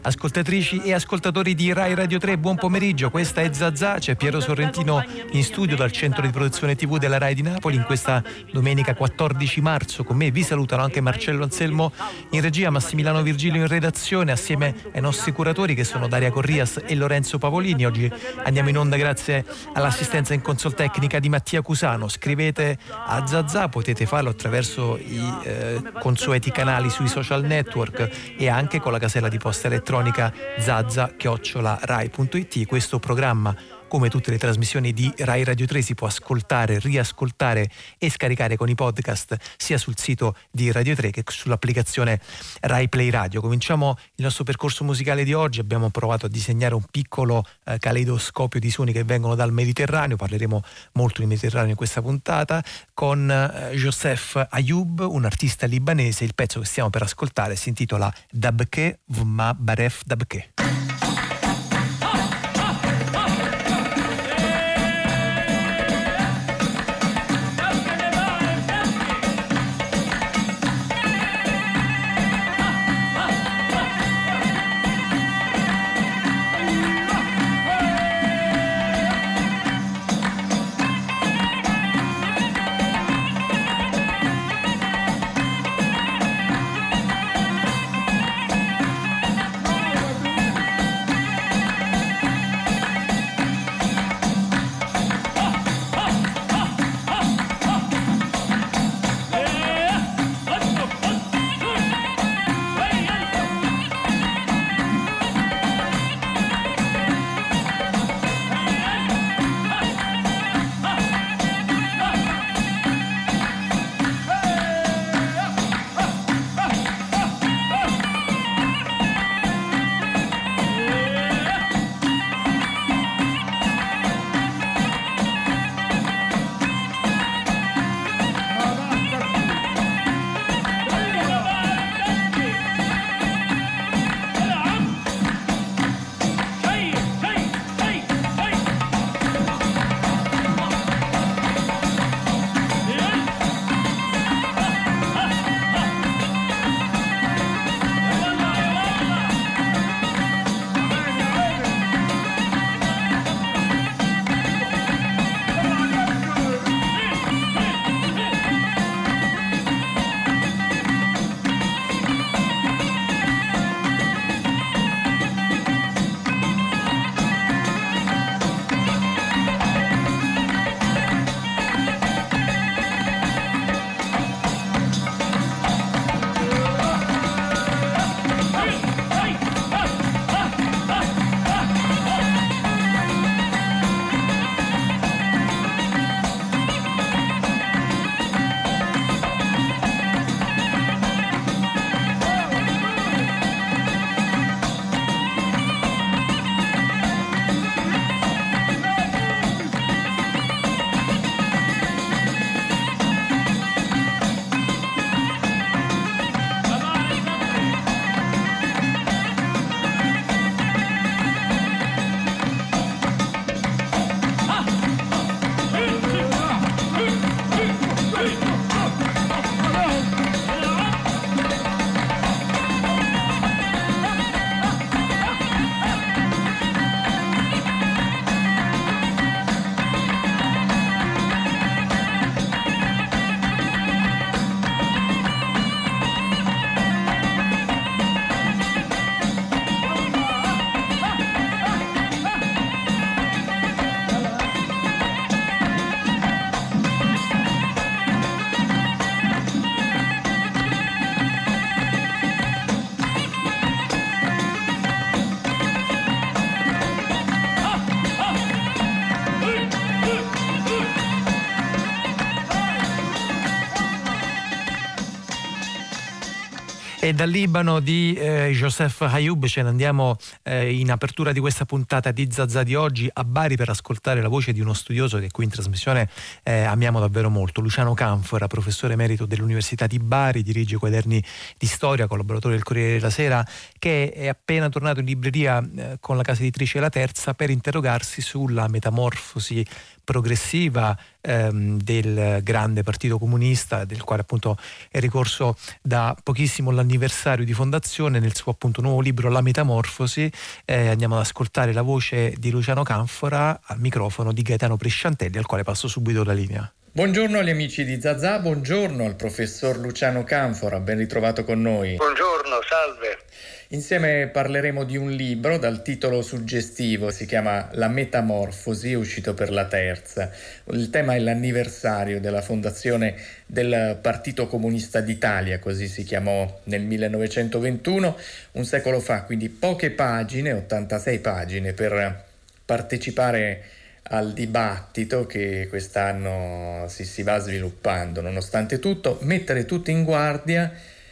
Ascoltatrici e ascoltatori di Rai Radio 3, buon pomeriggio, questa è Zazà, c'è Piero Sorrentino in studio dal centro di produzione TV della Rai di Napoli in questa domenica 14 marzo. Con me vi salutano anche Marcello Anselmo in regia, Massimiliano Virgilio in redazione, assieme ai nostri curatori che sono Daria Corrias e Lorenzo Pavolini. Oggi andiamo in onda grazie all'assistenza in console tecnica di Mattia Cusano. Scrivete a Zazà, potete farlo attraverso i consueti canali sui social network e anche con la casella di posta elettronica zazza@rai.it. Questo programma, come tutte le trasmissioni di Rai Radio 3, si può ascoltare, riascoltare e scaricare con i podcast sia sul sito di Radio 3 che sull'applicazione Rai Play Radio. Cominciamo il nostro percorso musicale di oggi. Abbiamo provato a disegnare un piccolo caleidoscopio di suoni che vengono dal Mediterraneo. Parleremo molto di Mediterraneo in questa puntata con Joseph Ayoub, un artista libanese. Il pezzo che stiamo per ascoltare si intitola Dabke Vma Baref Dabke. E dal Libano di Joseph Ayoub ce ne andiamo in apertura di questa puntata di Zazà di oggi a Bari per ascoltare la voce di uno studioso che qui in trasmissione amiamo davvero molto, Luciano Canfora, professore emerito dell'Università di Bari, dirige Quaderni di Storia, collaboratore del Corriere della Sera, che è appena tornato in libreria con la casa editrice La Terza per interrogarsi sulla metamorfosi progressiva del grande Partito Comunista, del quale appunto è ricorso da pochissimo l'anniversario di fondazione nel suo appunto nuovo libro La Metamorfosi. Andiamo ad ascoltare la voce di Luciano Canfora al microfono di Gaetano Presciantelli, al quale passo subito la linea. Buongiorno agli amici di Zazà, buongiorno al professor Luciano Canfora, ben ritrovato con noi. Buongiorno, salve. Insieme parleremo di un libro dal titolo suggestivo, si chiama La Metamorfosi, è uscito per la Terza. Il tema è l'anniversario della fondazione del Partito Comunista d'Italia, così si chiamò nel 1921, un secolo fa, quindi poche pagine, 86 pagine, per partecipare al dibattito che quest'anno si va sviluppando. Nonostante tutto, mettere tutti in guardia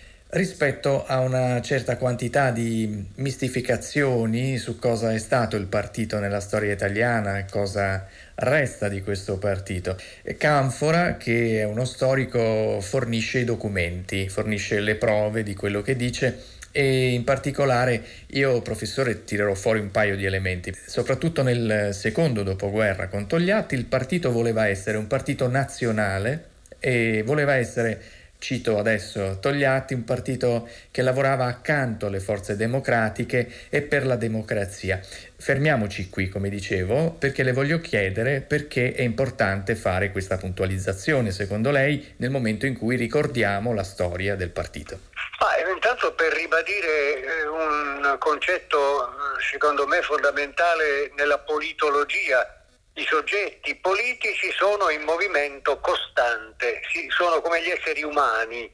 rispetto a una certa quantità di mistificazioni su cosa è stato il partito nella storia italiana e cosa resta di questo partito. Canfora, che è uno storico, fornisce i documenti, fornisce le prove di quello che dice. E in particolare io, professore, tirerò fuori un paio di elementi. Soprattutto nel secondo dopoguerra con Togliatti il partito voleva essere un partito nazionale e voleva essere, cito adesso Togliatti, un partito che lavorava accanto alle forze democratiche e per la democrazia. Fermiamoci qui, come dicevo, perché le voglio chiedere perché è importante fare questa puntualizzazione, secondo lei, nel momento in cui ricordiamo la storia del partito. Intanto per ribadire un concetto secondo me fondamentale nella politologia, i soggetti politici sono in movimento costante, sono come gli esseri umani.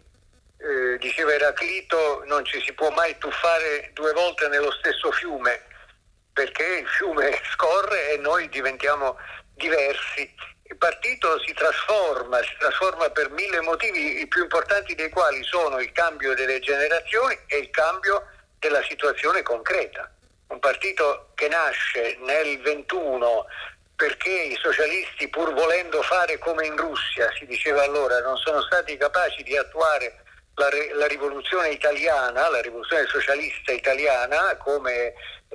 Diceva Eraclito, non ci si può mai tuffare due volte nello stesso fiume, perché il fiume scorre e noi diventiamo diversi. Il partito si trasforma per mille motivi, i più importanti dei quali sono il cambio delle generazioni e il cambio della situazione concreta. Un partito che nasce nel 21 perché i socialisti, pur volendo fare come in Russia, si diceva allora, non sono stati capaci di attuare la rivoluzione italiana, la rivoluzione socialista italiana, come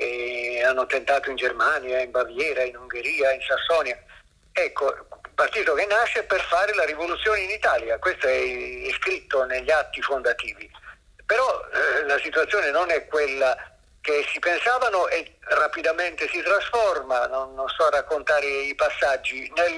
hanno tentato in Germania, in Baviera, in Ungheria, in Sassonia. Ecco, partito che nasce per fare la rivoluzione in Italia, questo è scritto negli atti fondativi. Però la situazione non è quella che si pensavano e rapidamente si trasforma, non sto a raccontare i passaggi. Nel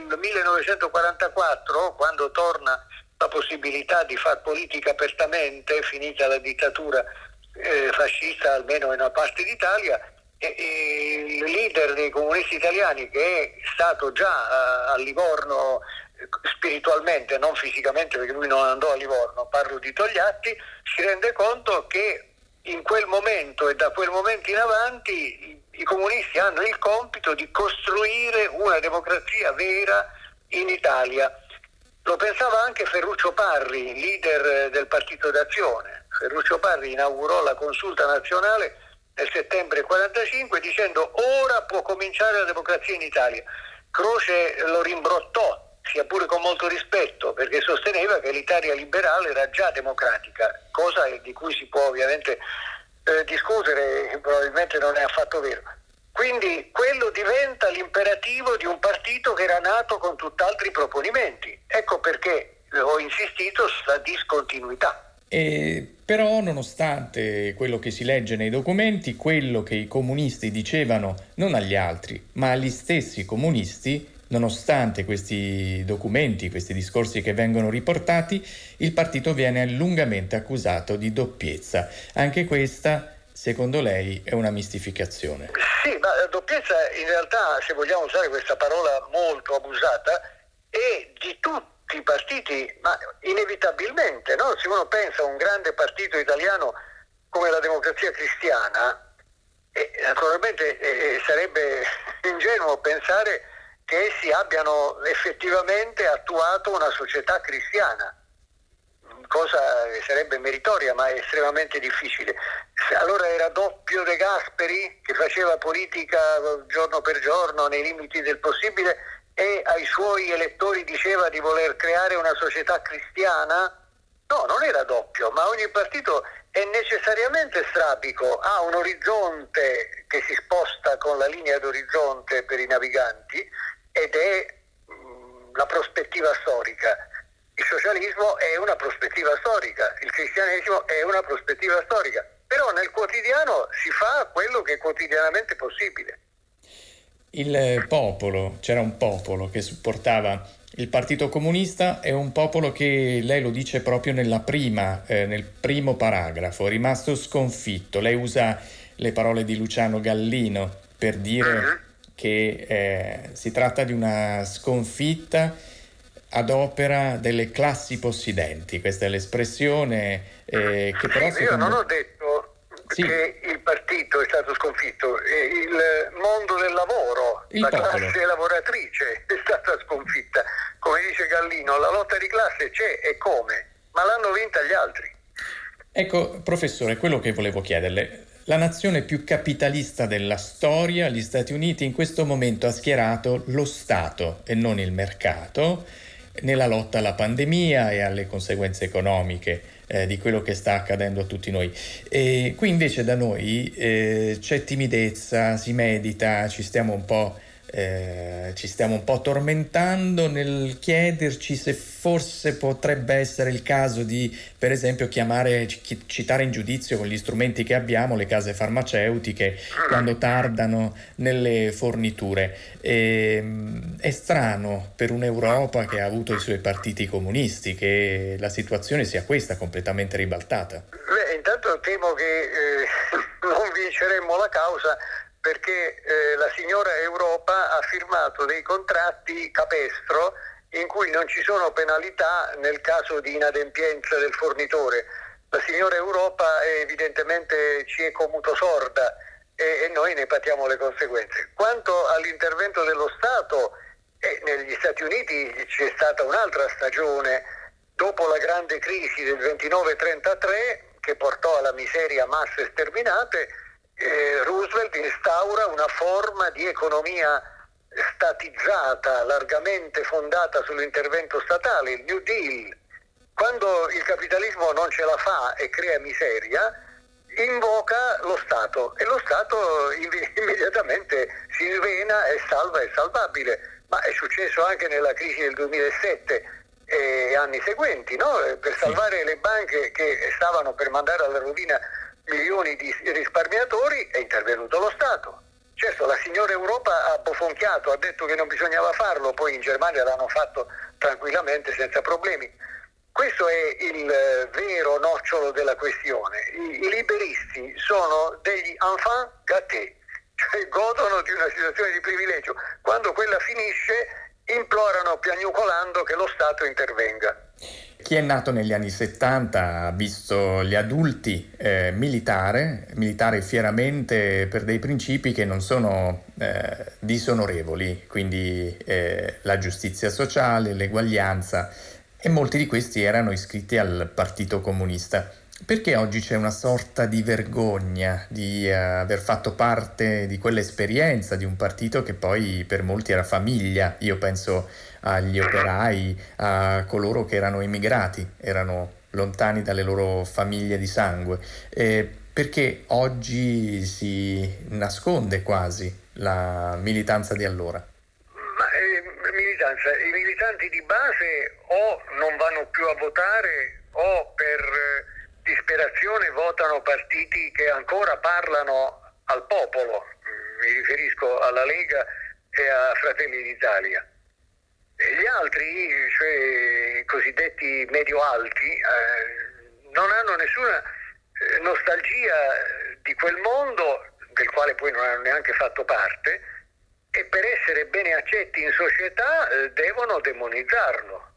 1944, quando torna la possibilità di far politica apertamente, finita la dittatura fascista almeno in una parte d'Italia, il leader dei comunisti italiani, che è stato già a Livorno spiritualmente, non fisicamente perché lui non andò a Livorno, parlo di Togliatti, si rende conto che in quel momento e da quel momento in avanti i comunisti hanno il compito di costruire una democrazia vera in Italia. Lo pensava anche Ferruccio Parri, leader del Partito d'Azione. Ferruccio Parri inaugurò la consulta nazionale nel settembre 1945 dicendo ora può cominciare la democrazia in Italia. Croce lo rimbrottò, sia pure con molto rispetto, perché sosteneva che l'Italia liberale era già democratica, cosa di cui si può ovviamente discutere, probabilmente non è affatto vero. Quindi quello diventa l'imperativo di un partito che era nato con tutt'altri proponimenti. Ecco perché ho insistito sulla discontinuità. Però, nonostante quello che si legge nei documenti, quello che i comunisti dicevano non agli altri, ma agli stessi comunisti, nonostante questi documenti, questi discorsi che vengono riportati, il partito viene lungamente accusato di doppiezza. Anche questa, secondo lei, è una mistificazione? Sì, ma doppiezza in realtà, se vogliamo usare questa parola molto abusata, è di tutti i partiti, ma inevitabilmente, no? Se uno pensa a un grande partito italiano come la Democrazia Cristiana, naturalmente sarebbe ingenuo pensare che essi abbiano effettivamente attuato una società cristiana, cosa che sarebbe meritoria ma è estremamente difficile. Allora era Doppio De Gasperi che faceva politica giorno per giorno nei limiti del possibile e ai suoi elettori diceva di voler creare una società cristiana? No, non era Doppio, ma ogni partito è necessariamente strabico, ha un orizzonte che si sposta con la linea d'orizzonte per i naviganti ed è una prospettiva storica. Il socialismo è una prospettiva storica, il cristianesimo è una prospettiva storica, però nel quotidiano si fa quello che è quotidianamente possibile. C'era un popolo che supportava il Partito Comunista, è un popolo che, lei lo dice proprio nel primo paragrafo, è rimasto sconfitto. Lei usa le parole di Luciano Gallino per dire che si tratta di una sconfitta ad opera delle classi possidenti. Questa è l'espressione che però io non ho detto che il partito è stato sconfitto, il mondo del lavoro, la classe lavoratrice è stata sconfitta. Come dice Gallino, la lotta di classe c'è e come, ma l'hanno vinta gli altri. Ecco, professore, quello che volevo chiederle. La nazione più capitalista della storia, gli Stati Uniti, in questo momento ha schierato lo Stato e non il mercato nella lotta alla pandemia e alle conseguenze economiche di quello che sta accadendo a tutti noi. E qui invece da noi c'è timidezza, si medita, ci stiamo un po' tormentando nel chiederci se forse potrebbe essere il caso di, per esempio, citare in giudizio con gli strumenti che abbiamo le case farmaceutiche quando tardano nelle forniture. È strano per un'Europa che ha avuto i suoi partiti comunisti che la situazione sia questa, completamente ribaltata. Intanto temo che non vinceremmo la causa, perché la signora Europa ha firmato dei contratti capestro in cui non ci sono penalità nel caso di inadempienza del fornitore. La signora Europa evidentemente ci è comuto sorda e noi ne patiamo le conseguenze. Quanto all'intervento dello Stato, negli Stati Uniti c'è stata un'altra stagione dopo la grande crisi del 29-33 che portò alla miseria masse sterminate. Roosevelt instaura una forma di economia statizzata, largamente fondata sull'intervento statale, il New Deal. Quando il capitalismo non ce la fa e crea miseria, invoca lo Stato e lo Stato immediatamente si svena e salva il salvabile. Ma è successo anche nella crisi del 2007 e anni seguenti, no? Per salvare le banche che stavano per mandare alla rovina milioni di risparmiatori è intervenuto lo Stato. Certo, la signora Europa ha bofonchiato, ha detto che non bisognava farlo, poi in Germania l'hanno fatto tranquillamente senza problemi. Questo è il vero nocciolo della questione. I liberisti sono degli enfants gâtés, cioè godono di una situazione di privilegio. Quando quella finisce implorano piagnucolando che lo Stato intervenga. Chi è nato negli anni 70 ha visto gli adulti militare fieramente per dei principi che non sono disonorevoli, quindi la giustizia sociale, l'eguaglianza, e molti di questi erano iscritti al Partito Comunista. Perché oggi c'è una sorta di vergogna di aver fatto parte di quell'esperienza di un partito che poi per molti era famiglia? Io penso agli operai, a coloro che erano immigrati, erano lontani dalle loro famiglie di sangue. Perché oggi si nasconde quasi la militanza di allora? I militanti di base o non vanno più a votare o per disperazione votano partiti che ancora parlano al popolo. Mi riferisco alla Lega e a Fratelli d'Italia. Gli altri, cioè i cosiddetti medio-alti, non hanno nessuna nostalgia di quel mondo del quale poi non hanno neanche fatto parte, e per essere bene accetti in società devono demonizzarlo.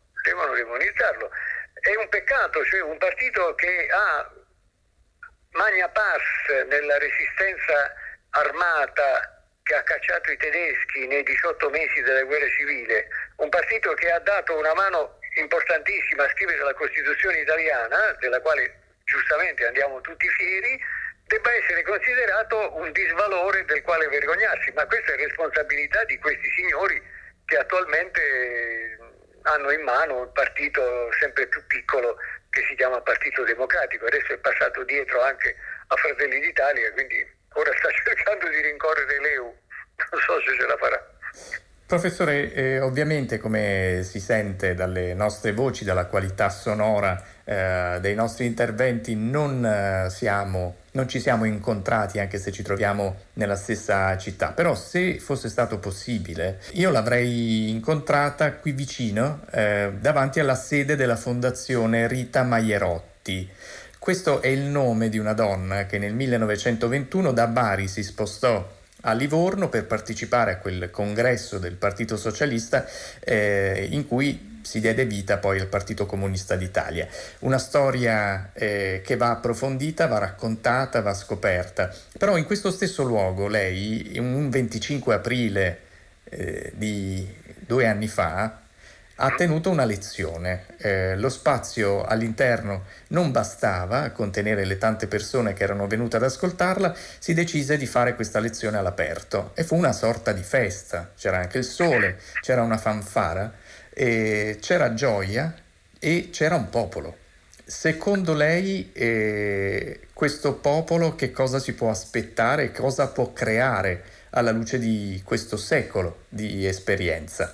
È un peccato, cioè un partito che ha magna pars nella resistenza armata che ha cacciato i tedeschi nei 18 mesi della guerra civile, un partito che ha dato una mano importantissima a scrivere la Costituzione italiana, della quale giustamente andiamo tutti fieri, debba essere considerato un disvalore del quale vergognarsi. Ma questa è responsabilità di questi signori che attualmente hanno in mano un partito sempre più piccolo che si chiama Partito Democratico. Adesso è passato dietro anche a Fratelli d'Italia, quindi ora sta cercando di rincorrere l'EU. Non so se ce la farà. Professore, ovviamente come si sente dalle nostre voci, dalla qualità sonora dei nostri interventi, non ci siamo incontrati anche se ci troviamo nella stessa città, però se fosse stato possibile io l'avrei incontrata qui vicino, davanti alla sede della Fondazione Rita Maierotti. Questo è il nome di una donna che nel 1921 da Bari si spostò a Livorno per partecipare a quel congresso del Partito Socialista in cui si diede vita poi al Partito Comunista d'Italia. Una storia che va approfondita, va raccontata, va scoperta. Però in questo stesso luogo lei, un 25 aprile di 2 anni fa, ha tenuto una lezione. Lo spazio all'interno non bastava a contenere le tante persone che erano venute ad ascoltarla, si decise di fare questa lezione all'aperto e fu una sorta di festa. C'era anche il sole, c'era una fanfara, c'era gioia e c'era un popolo. Secondo lei questo popolo che cosa si può aspettare, cosa può creare alla luce di questo secolo di esperienza?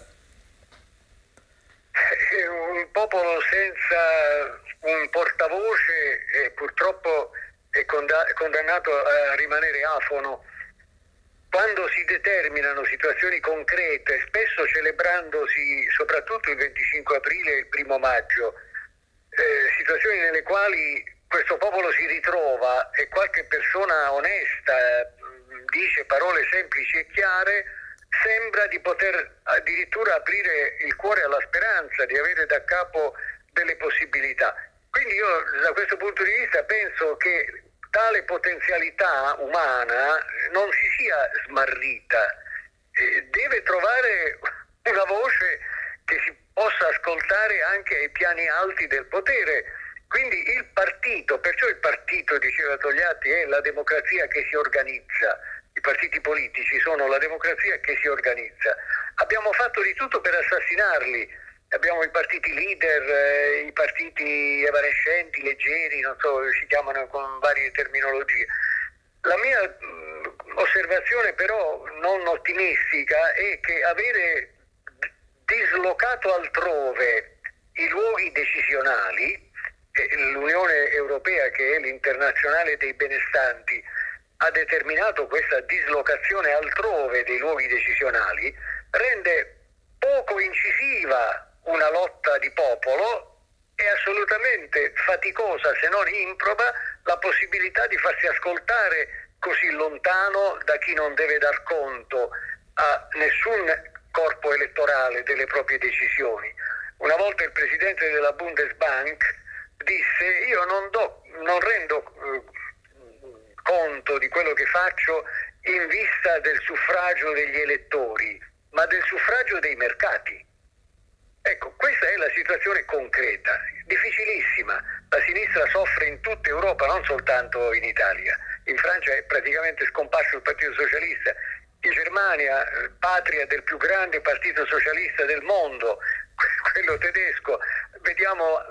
Un popolo senza un portavoce purtroppo è condannato a rimanere afono. Quando si determinano situazioni concrete, spesso celebrandosi soprattutto il 25 aprile e il 1 maggio, situazioni nelle quali questo popolo si ritrova e qualche persona onesta dice parole semplici e chiare, sembra di poter addirittura aprire il cuore alla speranza, di avere da capo delle possibilità. Quindi io da questo punto di vista penso che tale potenzialità umana non si sia smarrita, deve trovare una voce che si possa ascoltare anche ai piani alti del potere. Quindi il partito, perciò il partito, diceva Togliatti, è la democrazia che si organizza. I partiti politici sono la democrazia che si organizza. Abbiamo fatto di tutto per assassinarli. Abbiamo i partiti leader, i partiti evanescenti, leggeri, non so, si chiamano con varie terminologie. La mia osservazione però non ottimistica è che avere dislocato altrove i luoghi decisionali, l'Unione Europea, che è l'internazionale dei benestanti, ha determinato questa dislocazione altrove dei luoghi decisionali, rende poco incisiva una lotta di popolo e assolutamente faticosa, se non improba, la possibilità di farsi ascoltare così lontano da chi non deve dar conto a nessun corpo elettorale delle proprie decisioni. Una volta il presidente della Bundesbank disse: io non rendo conto di quello che faccio in vista del suffragio degli elettori, ma del suffragio dei mercati. Ecco, questa è la situazione concreta, difficilissima. La sinistra soffre in tutta Europa, non soltanto in Italia. In Francia è praticamente scomparso il Partito Socialista. In Germania, patria del più grande partito socialista del mondo, quello tedesco, vediamo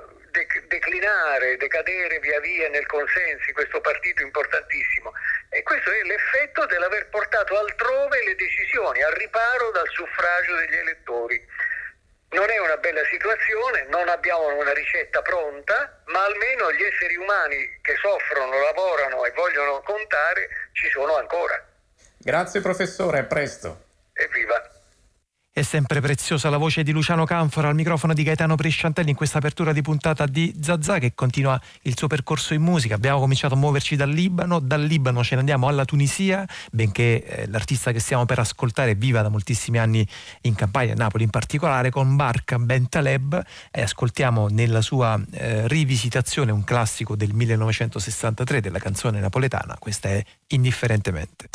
decadere via via nel consensi questo partito importantissimo. E questo è l'effetto dell'aver portato altrove le decisioni, al riparo dal suffragio degli elettori. Non è una bella situazione, non abbiamo una ricetta pronta, ma almeno gli esseri umani che soffrono, lavorano e vogliono contare ci sono ancora. Grazie professore, a presto. Evviva. È sempre preziosa la voce di Luciano Canfora al microfono di Gaetano Presciantelli in questa apertura di puntata di Zazà, che continua il suo percorso in musica. Abbiamo cominciato a muoverci dal Libano ce ne andiamo alla Tunisia, benché l'artista che stiamo per ascoltare viva da moltissimi anni in Campania, a Napoli in particolare, con Barka Bentaleb, e ascoltiamo nella sua rivisitazione un classico del 1963 della canzone napoletana. Questa è Indifferentemente.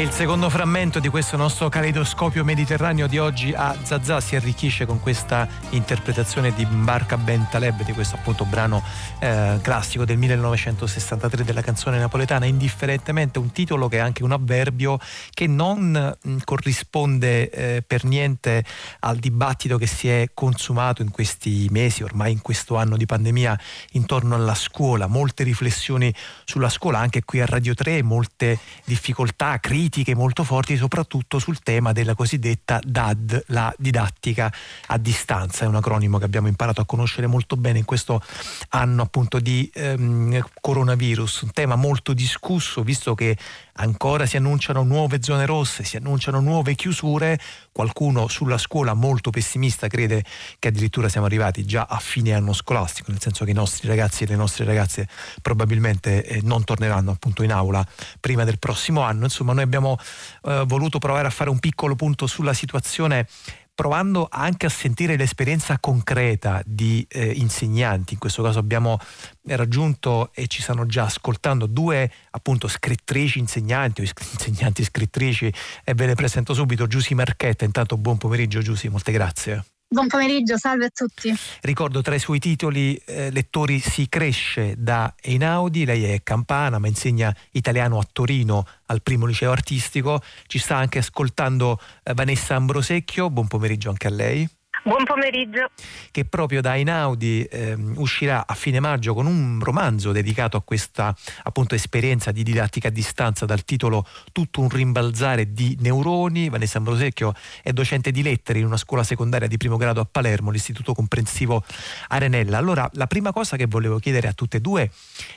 il secondo frammento di questo nostro caleidoscopio mediterraneo di oggi a Zazà si arricchisce con questa interpretazione di Mbarka Ben Taleb, di questo appunto brano classico del 1963 della canzone napoletana Indifferentemente, un titolo che è anche un avverbio che non corrisponde per niente al dibattito che si è consumato in questi mesi, ormai in questo anno di pandemia, intorno alla scuola. Molte riflessioni sulla scuola anche qui a Radio 3, molte difficoltà, critiche molto forti, soprattutto sul tema della cosiddetta DAD, la didattica a distanza. È un acronimo che abbiamo imparato a conoscere molto bene in questo anno appunto di coronavirus, un tema molto discusso, visto che ancora si annunciano nuove zone rosse, si annunciano nuove chiusure. Qualcuno sulla scuola molto pessimista crede che addirittura siamo arrivati già a fine anno scolastico, nel senso che i nostri ragazzi e le nostre ragazze probabilmente non torneranno appunto in aula prima del prossimo anno. Insomma, noi abbiamo voluto provare a fare un piccolo punto sulla situazione, provando anche a sentire l'esperienza concreta di insegnanti. In questo caso abbiamo raggiunto e ci stanno già ascoltando due appunto scrittrici insegnanti o insegnanti scrittrici, e ve le presento subito. Giusy Marchetta, intanto buon pomeriggio Giusy, molte grazie. Buon pomeriggio, salve a tutti. Ricordo tra i suoi titoli lettori Si cresce da Einaudi. Lei è campana ma insegna italiano a Torino al primo liceo artistico. Ci sta anche ascoltando Vanessa Ambrosecchio, buon pomeriggio anche a lei. Buon pomeriggio. Che proprio da Einaudi uscirà a fine maggio con un romanzo dedicato a questa appunto esperienza di didattica a distanza dal titolo Tutto un rimbalzare di neuroni. Vanessa Ambrosecchio è docente di lettere in una scuola secondaria di primo grado a Palermo, l'Istituto Comprensivo Arenella. Allora, la prima cosa che volevo chiedere a tutte e due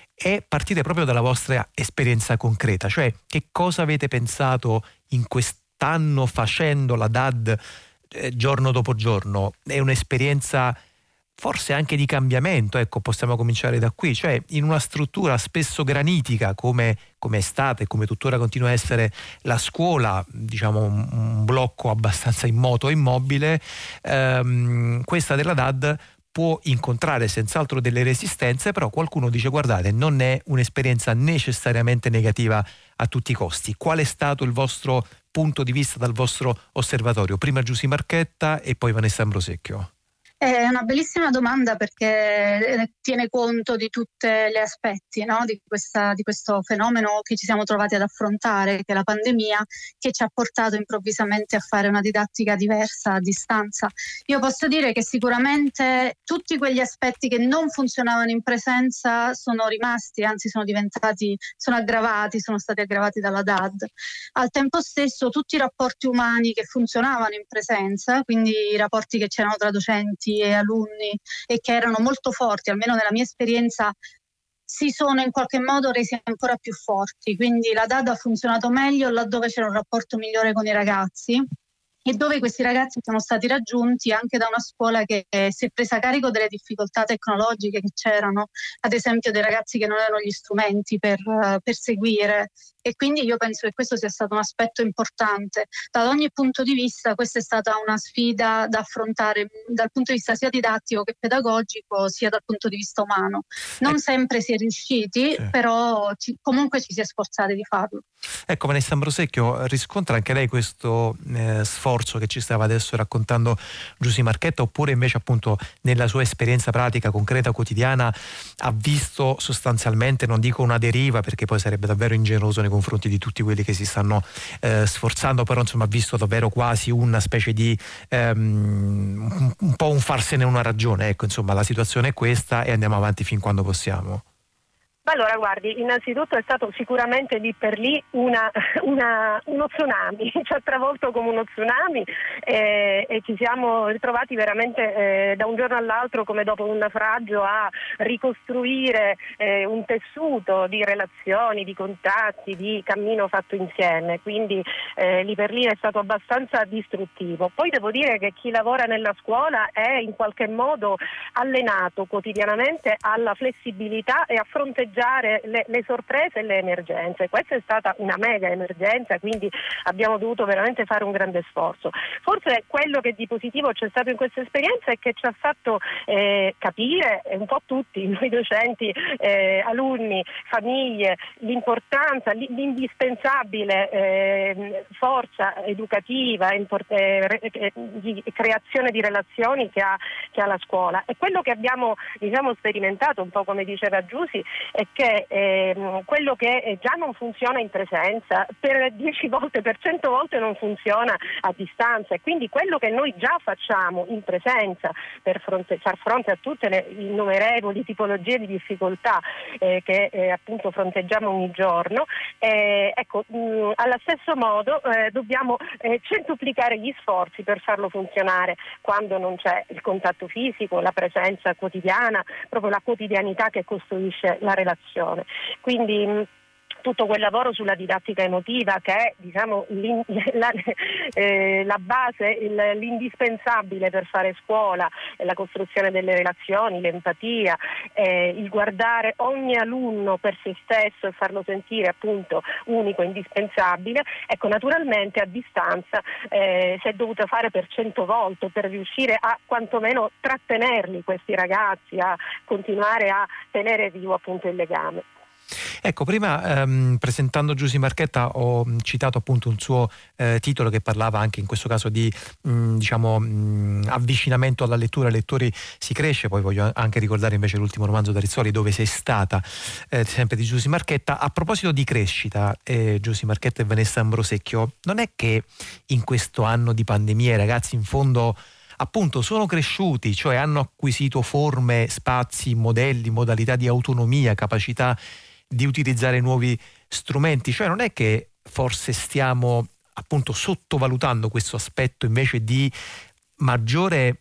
è partire proprio dalla vostra esperienza concreta, cioè che cosa avete pensato in quest'anno facendo la DAD giorno dopo giorno. È un'esperienza forse anche di cambiamento, ecco, possiamo cominciare da qui, cioè in una struttura spesso granitica come è stata e come tuttora continua a essere la scuola, diciamo un blocco abbastanza immoto e immobile, questa della DAD può incontrare senz'altro delle resistenze, però qualcuno dice guardate, non è un'esperienza necessariamente negativa a tutti i costi. Qual è stato il vostro punto di vista dal vostro osservatorio? Prima Giusy Marchetta e poi Vanessa Ambrosecchio. È una bellissima domanda perché tiene conto di tutti gli aspetti, no? di questo fenomeno che ci siamo trovati ad affrontare, che è la pandemia, che ci ha portato improvvisamente a fare una didattica diversa a distanza. Io posso dire che sicuramente tutti quegli aspetti che non funzionavano in presenza sono rimasti, anzi sono stati aggravati dalla DAD. Al tempo stesso tutti i rapporti umani che funzionavano in presenza, quindi i rapporti che c'erano tra docenti e alunni e che erano molto forti, almeno nella mia esperienza, si sono in qualche modo resi ancora più forti. Quindi la DAD ha funzionato meglio laddove c'era un rapporto migliore con i ragazzi e dove questi ragazzi sono stati raggiunti anche da una scuola che si è presa carico delle difficoltà tecnologiche che c'erano, ad esempio dei ragazzi che non avevano gli strumenti per seguire. E quindi io penso che questo sia stato un aspetto importante. Da ogni punto di vista questa è stata una sfida da affrontare dal punto di vista sia didattico che pedagogico, sia dal punto di vista umano. Non sempre si è riusciti, però comunque ci si è sforzati di farlo. Ecco, Vanessa Ambrosecchio, riscontra anche lei questo sforzo che ci stava adesso raccontando Giusy Marchetta, oppure invece appunto nella sua esperienza pratica, concreta, quotidiana ha visto sostanzialmente, non dico una deriva perché poi sarebbe davvero ingeneroso nei confronti di tutti quelli che si stanno sforzando, però insomma ha visto davvero quasi una specie di un po' un farsene una ragione, ecco, insomma la situazione è questa e andiamo avanti fin quando possiamo. Allora, guardi, innanzitutto è stato sicuramente lì per lì uno tsunami, ci ha travolto come uno tsunami e ci siamo ritrovati veramente da un giorno all'altro, come dopo un naufragio, a ricostruire un tessuto di relazioni, di contatti, di cammino fatto insieme, quindi lì per lì è stato abbastanza distruttivo. Poi devo dire che chi lavora nella scuola è in qualche modo allenato quotidianamente alla flessibilità e a fronteggiare fronteggiare le sorprese e le emergenze. Questa è stata una mega emergenza, quindi abbiamo dovuto veramente fare un grande sforzo. Forse quello che di positivo c'è stato in questa esperienza è che ci ha fatto capire un po' tutti, noi docenti, alunni, famiglie, l'importanza, l'indispensabile forza educativa, di creazione di relazioni che ha la scuola. E quello che abbiamo sperimentato, un po' come diceva Giusy, è che quello che già non funziona in presenza per 10 volte, per 100 volte non funziona a distanza, e quindi quello che noi già facciamo in presenza per far fronte a tutte le innumerevoli tipologie di difficoltà che appunto fronteggiamo ogni giorno, allo stesso modo dobbiamo centuplicare gli sforzi per farlo funzionare quando non c'è il contatto fisico, la presenza quotidiana, proprio la quotidianità che costruisce la relazione. Quindi tutto quel lavoro sulla didattica emotiva, che è la base, l'indispensabile per fare scuola, la costruzione delle relazioni, l'empatia, il guardare ogni alunno per se stesso e farlo sentire appunto unico, indispensabile. Ecco, naturalmente a distanza si è dovuto fare per 100 volte per riuscire a quantomeno trattenerli, questi ragazzi, a continuare a tenere vivo appunto il legame. Ecco, prima presentando Giusy Marchetta ho citato appunto un suo titolo che parlava anche in questo caso di avvicinamento alla lettura. Lettori si cresce. Poi voglio anche ricordare invece l'ultimo romanzo da Rizzoli, Dove sei stata, sempre di Giusy Marchetta. A proposito di crescita, Giusy Marchetta e Vanessa Ambrosecchio, non è che in questo anno di pandemia i ragazzi in fondo appunto sono cresciuti, cioè hanno acquisito forme, spazi, modelli, modalità di autonomia, capacità di utilizzare nuovi strumenti? Cioè non è che forse stiamo appunto sottovalutando questo aspetto invece di maggiore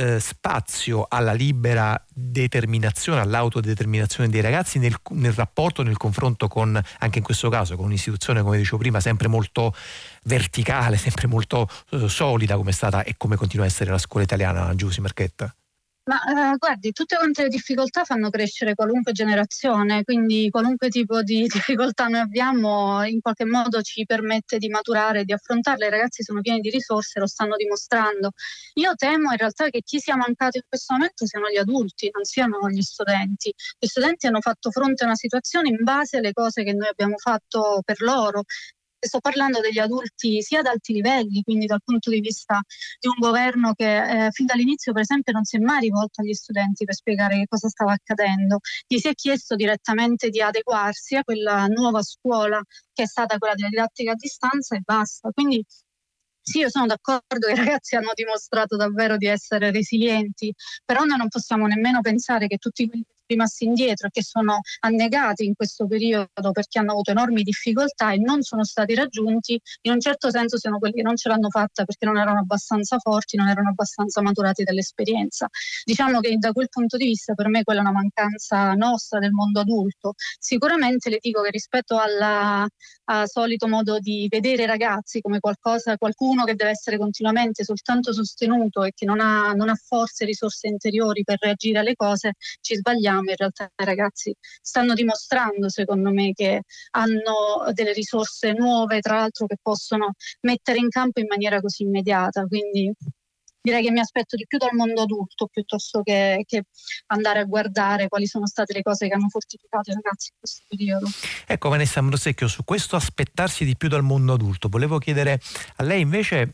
spazio alla libera determinazione, all'autodeterminazione dei ragazzi nel rapporto, nel confronto con, anche in questo caso, con un'istituzione, come dicevo prima, sempre molto verticale, sempre molto solida, come è stata e come continua a essere la scuola italiana, Giusy Marchetta? Ma guardi, tutte quante le difficoltà fanno crescere qualunque generazione, quindi qualunque tipo di difficoltà noi abbiamo in qualche modo ci permette di maturare, di affrontarle. I ragazzi sono pieni di risorse, lo stanno dimostrando. Io temo in realtà che chi sia mancato in questo momento siano gli adulti, non siano gli studenti. Gli studenti hanno fatto fronte a una situazione in base alle cose che noi abbiamo fatto per loro. Sto parlando degli adulti sia ad alti livelli, quindi dal punto di vista di un governo che fin dall'inizio per esempio non si è mai rivolto agli studenti per spiegare che cosa stava accadendo. Gli si è chiesto direttamente di adeguarsi a quella nuova scuola che è stata quella della didattica a distanza e basta. Quindi sì, io sono d'accordo che i ragazzi hanno dimostrato davvero di essere resilienti, però noi non possiamo nemmeno pensare che tutti quelli rimasti indietro e che sono annegati in questo periodo perché hanno avuto enormi difficoltà e non sono stati raggiunti, in un certo senso siano quelli che non ce l'hanno fatta perché non erano abbastanza forti, non erano abbastanza maturati dall'esperienza. Diciamo che da quel punto di vista per me quella è una mancanza nostra del mondo adulto. Sicuramente le dico che rispetto al solito modo di vedere i ragazzi come qualcuno che deve essere continuamente soltanto sostenuto e che non ha forze e risorse interiori per reagire alle cose, ci sbagliamo. In realtà i ragazzi stanno dimostrando, secondo me, che hanno delle risorse nuove, tra l'altro, che possono mettere in campo in maniera così immediata. Quindi direi che mi aspetto di più dal mondo adulto piuttosto che andare a guardare quali sono state le cose che hanno fortificato i ragazzi in questo periodo. Ecco, Vanessa Ambrosecchio, su questo aspettarsi di più dal mondo adulto volevo chiedere a lei invece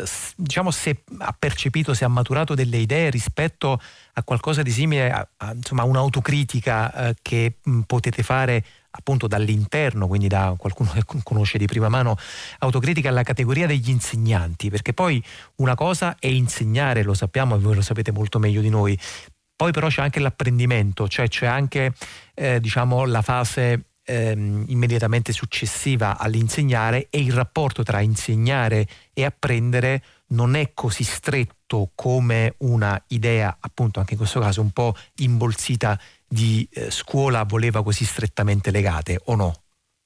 se ha percepito, se ha maturato delle idee rispetto a qualcosa di simile a un'autocritica che potete fare appunto dall'interno, quindi da qualcuno che conosce di prima mano, autocritica alla categoria degli insegnanti, perché poi una cosa è insegnare, lo sappiamo e voi lo sapete molto meglio di noi, poi però c'è anche l'apprendimento, cioè c'è anche la fase immediatamente successiva all'insegnare, e il rapporto tra insegnare e apprendere non è così stretto come una idea, appunto anche in questo caso un po' imbolsita di scuola voleva così strettamente legate, o no?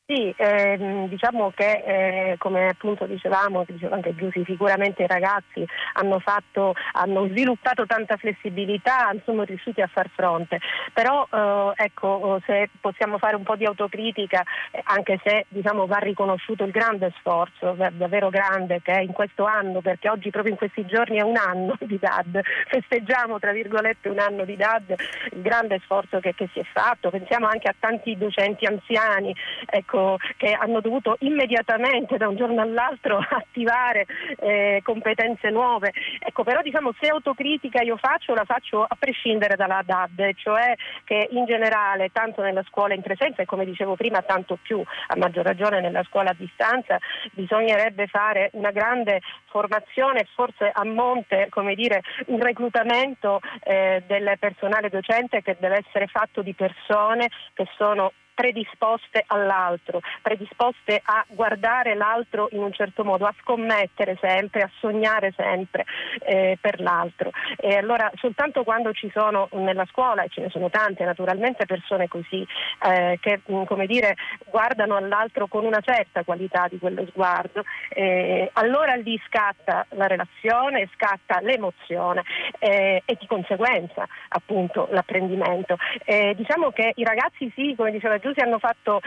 Sì, diciamo che come appunto diceva anche Giussi, sicuramente i ragazzi hanno sviluppato tanta flessibilità, sono riusciti a far fronte, però ecco, se possiamo fare un po' di autocritica, anche se diciamo va riconosciuto il grande sforzo, davvero grande, che è in questo anno, perché oggi proprio in questi giorni è un anno di DAD, festeggiamo tra virgolette un anno di DAD, il grande sforzo che si è fatto, pensiamo anche a tanti docenti anziani, ecco, che hanno dovuto immediatamente da un giorno all'altro attivare competenze nuove. Ecco, però diciamo, se autocritica la faccio a prescindere dalla DAD, cioè che in generale tanto nella scuola in presenza e come dicevo prima tanto più a maggior ragione nella scuola a distanza bisognerebbe fare una grande formazione, forse a monte, come dire, un reclutamento del personale docente che deve essere fatto di persone che sono predisposte all'altro, predisposte a guardare l'altro in un certo modo, a scommettere sempre, a sognare sempre per l'altro. E allora soltanto quando ci sono nella scuola, e ce ne sono tante naturalmente, persone così che come dire guardano all'altro con una certa qualità di quello sguardo, allora lì scatta la relazione, scatta l'emozione e di conseguenza appunto l'apprendimento. Diciamo che i ragazzi sì, come diceva Giussi, hanno fatto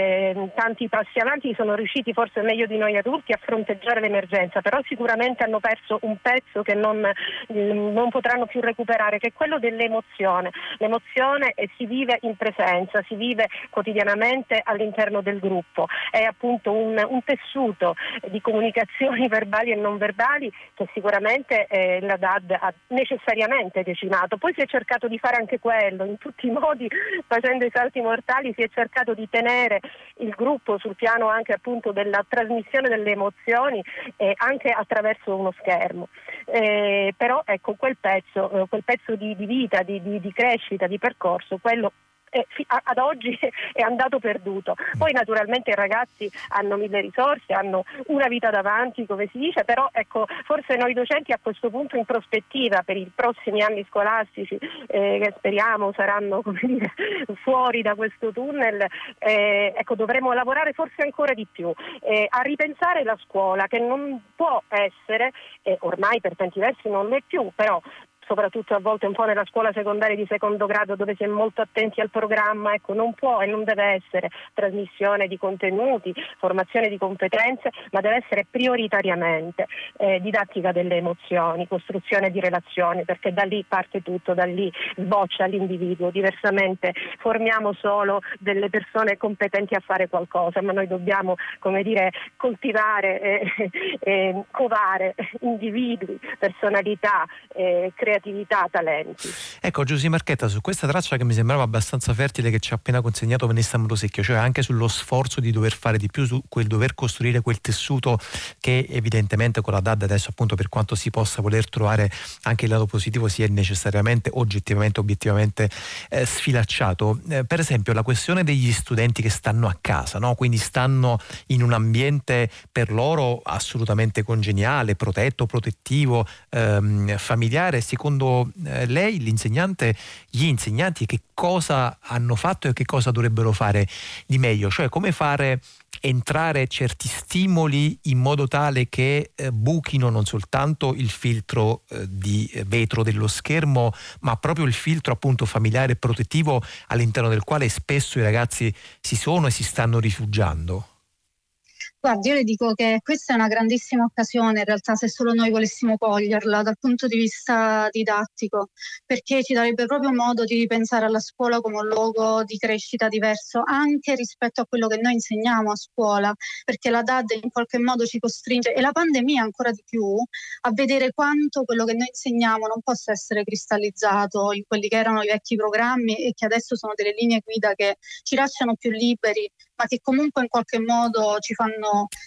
tanti passi avanti, sono riusciti forse meglio di noi adulti a fronteggiare l'emergenza, però sicuramente hanno perso un pezzo che non potranno più recuperare, che è quello dell'emozione. L'emozione si vive in presenza, si vive quotidianamente all'interno del gruppo, è appunto un tessuto di comunicazioni verbali e non verbali che sicuramente la DAD ha necessariamente decimato. Poi si è cercato di fare anche quello, in tutti i modi, facendo i salti mortali, si è cercato di tenere il gruppo sul piano anche appunto della trasmissione delle emozioni anche attraverso uno schermo. Però ecco quel pezzo di vita, di crescita, di percorso, quello ad oggi è andato perduto. Poi naturalmente i ragazzi hanno mille risorse, hanno una vita davanti, come si dice, però ecco, forse noi docenti a questo punto in prospettiva per i prossimi anni scolastici che speriamo saranno, come dire, fuori da questo tunnel, ecco, dovremo lavorare forse ancora di più a ripensare la scuola, che non può essere, ormai per tanti versi non lo è più, però soprattutto a volte un po' nella scuola secondaria di secondo grado dove si è molto attenti al programma, ecco, non può e non deve essere trasmissione di contenuti, formazione di competenze, ma deve essere prioritariamente didattica delle emozioni, costruzione di relazioni, perché da lì parte tutto, da lì sboccia l'individuo. Diversamente formiamo solo delle persone competenti a fare qualcosa, ma noi dobbiamo, come dire, coltivare covare individui, personalità, creatività, talenti. Ecco, Giussi Marchetta, su questa traccia che mi sembrava abbastanza fertile che ci ha appena consegnato Vanessa Morosecchio, cioè anche sullo sforzo di dover fare di più, su quel dover costruire quel tessuto che evidentemente con la DAD adesso, appunto, per quanto si possa voler trovare anche il lato positivo, si è necessariamente obiettivamente sfilacciato. Per esempio la questione degli studenti che stanno a casa, no? Quindi stanno in un ambiente per loro assolutamente congeniale, protetto, protettivo, familiare. Secondo lei gli insegnanti che cosa hanno fatto e che cosa dovrebbero fare di meglio? Cioè come fare entrare certi stimoli in modo tale che buchino non soltanto il filtro di vetro dello schermo, ma proprio il filtro appunto familiare e protettivo all'interno del quale spesso i ragazzi si sono e si stanno rifugiando? Guardi, io le dico che questa è una grandissima occasione in realtà, se solo noi volessimo coglierla dal punto di vista didattico, perché ci darebbe proprio modo di ripensare alla scuola come un luogo di crescita diverso anche rispetto a quello che noi insegniamo a scuola, perché la DAD in qualche modo ci costringe, e la pandemia ancora di più, a vedere quanto quello che noi insegniamo non possa essere cristallizzato in quelli che erano i vecchi programmi e che adesso sono delle linee guida che ci lasciano più liberi, ma che comunque in qualche modo ci fanno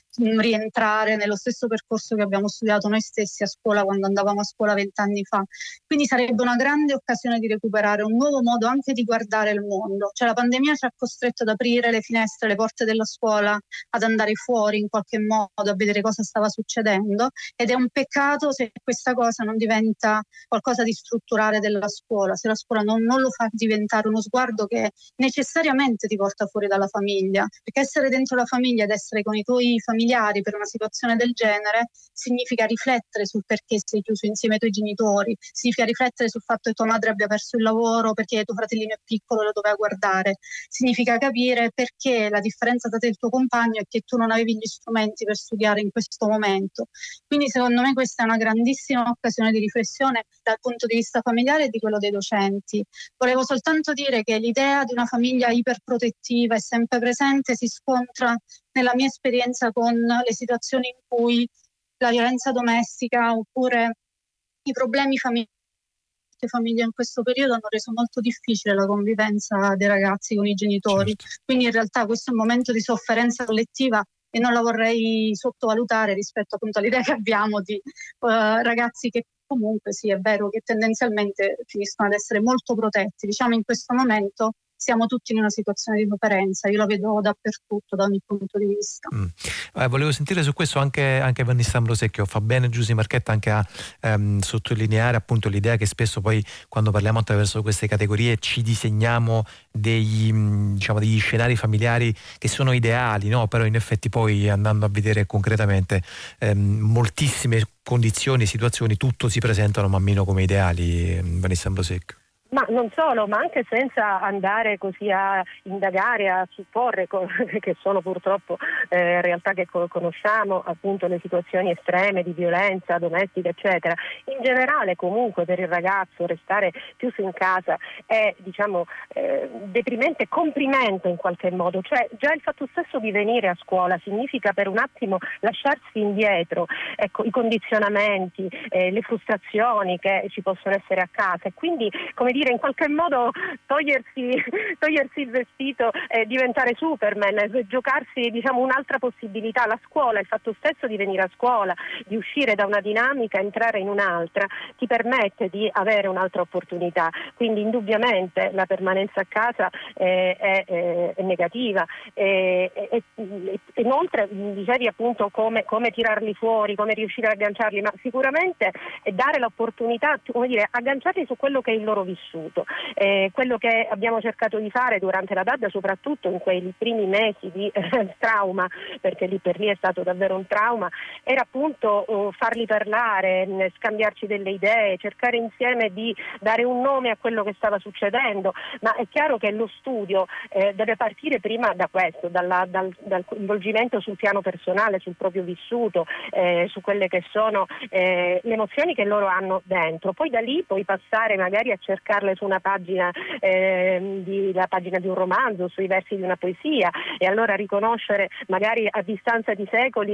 rientrare nello stesso percorso che abbiamo studiato noi stessi a scuola quando andavamo a scuola 20 anni fa. Quindi sarebbe una grande occasione di recuperare un nuovo modo anche di guardare il mondo. Cioè la pandemia ci ha costretto ad aprire le finestre, le porte della scuola, ad andare fuori in qualche modo, a vedere cosa stava succedendo, ed è un peccato se questa cosa non diventa qualcosa di strutturale della scuola, se la scuola non lo fa diventare uno sguardo che necessariamente ti porta fuori dalla famiglia, perché essere dentro la famiglia ed essere con i tuoi familiari per una situazione del genere significa riflettere sul perché sei chiuso insieme ai tuoi genitori, significa riflettere sul fatto che tua madre abbia perso il lavoro perché tuo fratellino è piccolo e lo doveva guardare, significa capire perché la differenza tra te e il tuo compagno è che tu non avevi gli strumenti per studiare in questo momento. Quindi secondo me questa è una grandissima occasione di riflessione dal punto di vista familiare e di quello dei docenti. Volevo soltanto dire che l'idea di una famiglia iperprotettiva e sempre presente si scontra nella mia esperienza con le situazioni in cui la violenza domestica oppure i problemi familiari le famiglie in questo periodo hanno reso molto difficile la convivenza dei ragazzi con i genitori. Certo. Quindi in realtà questo è un momento di sofferenza collettiva e non la vorrei sottovalutare rispetto appunto all'idea che abbiamo di ragazzi che comunque sì, è vero che tendenzialmente finiscono ad essere molto protetti. Diciamo in questo momento siamo tutti in una situazione di sofferenza, io la vedo dappertutto da ogni punto di vista. Volevo sentire su questo anche Vanessa Ambrosecchio. Fa bene Giusy Marchetta anche a sottolineare appunto l'idea che spesso poi quando parliamo attraverso queste categorie ci disegniamo degli scenari familiari che sono ideali, no? Però in effetti poi andando a vedere concretamente moltissime condizioni, situazioni, tutto si presentano man meno come ideali. Vanessa Ambrosecchio. Ma non solo, ma anche senza andare così a indagare, a supporre che sono purtroppo realtà che conosciamo, appunto le situazioni estreme di violenza domestica eccetera. In generale comunque per il ragazzo restare chiuso in casa è deprimente, comprimento in qualche modo, cioè già il fatto stesso di venire a scuola significa per un attimo lasciarsi indietro, ecco, i condizionamenti, le frustrazioni che ci possono essere a casa e quindi come dire in qualche modo togliersi il vestito e diventare Superman, giocarsi un'altra possibilità. La scuola, il fatto stesso di venire a scuola, di uscire da una dinamica, entrare in un'altra, ti permette di avere un'altra opportunità. Quindi indubbiamente la permanenza a casa è negativa. Inoltre dicevi appunto come tirarli fuori, come riuscire ad agganciarli, ma sicuramente dare l'opportunità, agganciarli su quello che è il loro vissuto. Quello che abbiamo cercato di fare durante la DAD, soprattutto in quei primi mesi di trauma, perché lì per lì è stato davvero un trauma, era appunto farli parlare, scambiarci delle idee, cercare insieme di dare un nome a quello che stava succedendo, ma è chiaro che lo studio deve partire prima da questo, dal coinvolgimento sul piano personale, sul proprio vissuto, su quelle che sono le emozioni che loro hanno dentro, poi da lì puoi passare magari a cercarle su una pagina la pagina di un romanzo, sui versi di una poesia, e allora riconoscere magari a distanza di secoli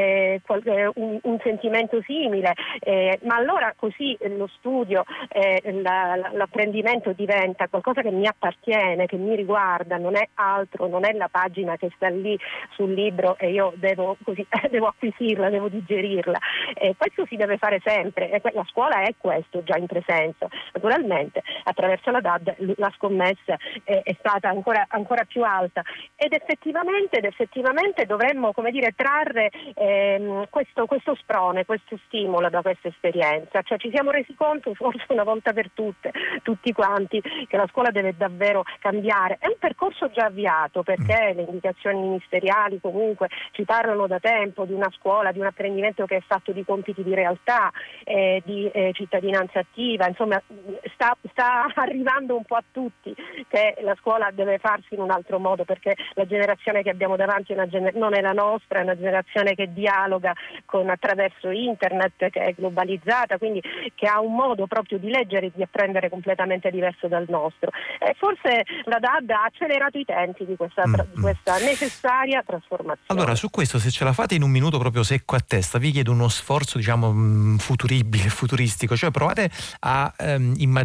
un sentimento simile, ma allora così lo studio, l'apprendimento diventa qualcosa che mi appartiene, che mi riguarda, non è altro, non è la pagina che sta lì sul libro e io devo acquisirla, devo digerirla. Questo si deve fare sempre e la scuola è questo già in presenza. Naturalmente attraverso la DAD la scommessa è stata ancora più alta ed effettivamente dovremmo trarre questo sprone, questo stimolo da questa esperienza, cioè ci siamo resi conto forse una volta per tutte, tutti quanti, che la scuola deve davvero cambiare. È un percorso già avviato perché le indicazioni ministeriali comunque ci parlano da tempo di una scuola, di un apprendimento che è fatto di compiti di realtà, di cittadinanza attiva, insomma sta arrivando un po' a tutti che la scuola deve farsi in un altro modo, perché la generazione che abbiamo davanti non è la nostra, è una generazione che dialoga attraverso internet, che è globalizzata, quindi che ha un modo proprio di leggere e di apprendere completamente diverso dal nostro. Forse la DAD ha accelerato i tempi di questa necessaria trasformazione. Allora, su questo, se ce la fate in un minuto proprio secco a testa, vi chiedo uno sforzo futuristico, cioè provate a immaginarvi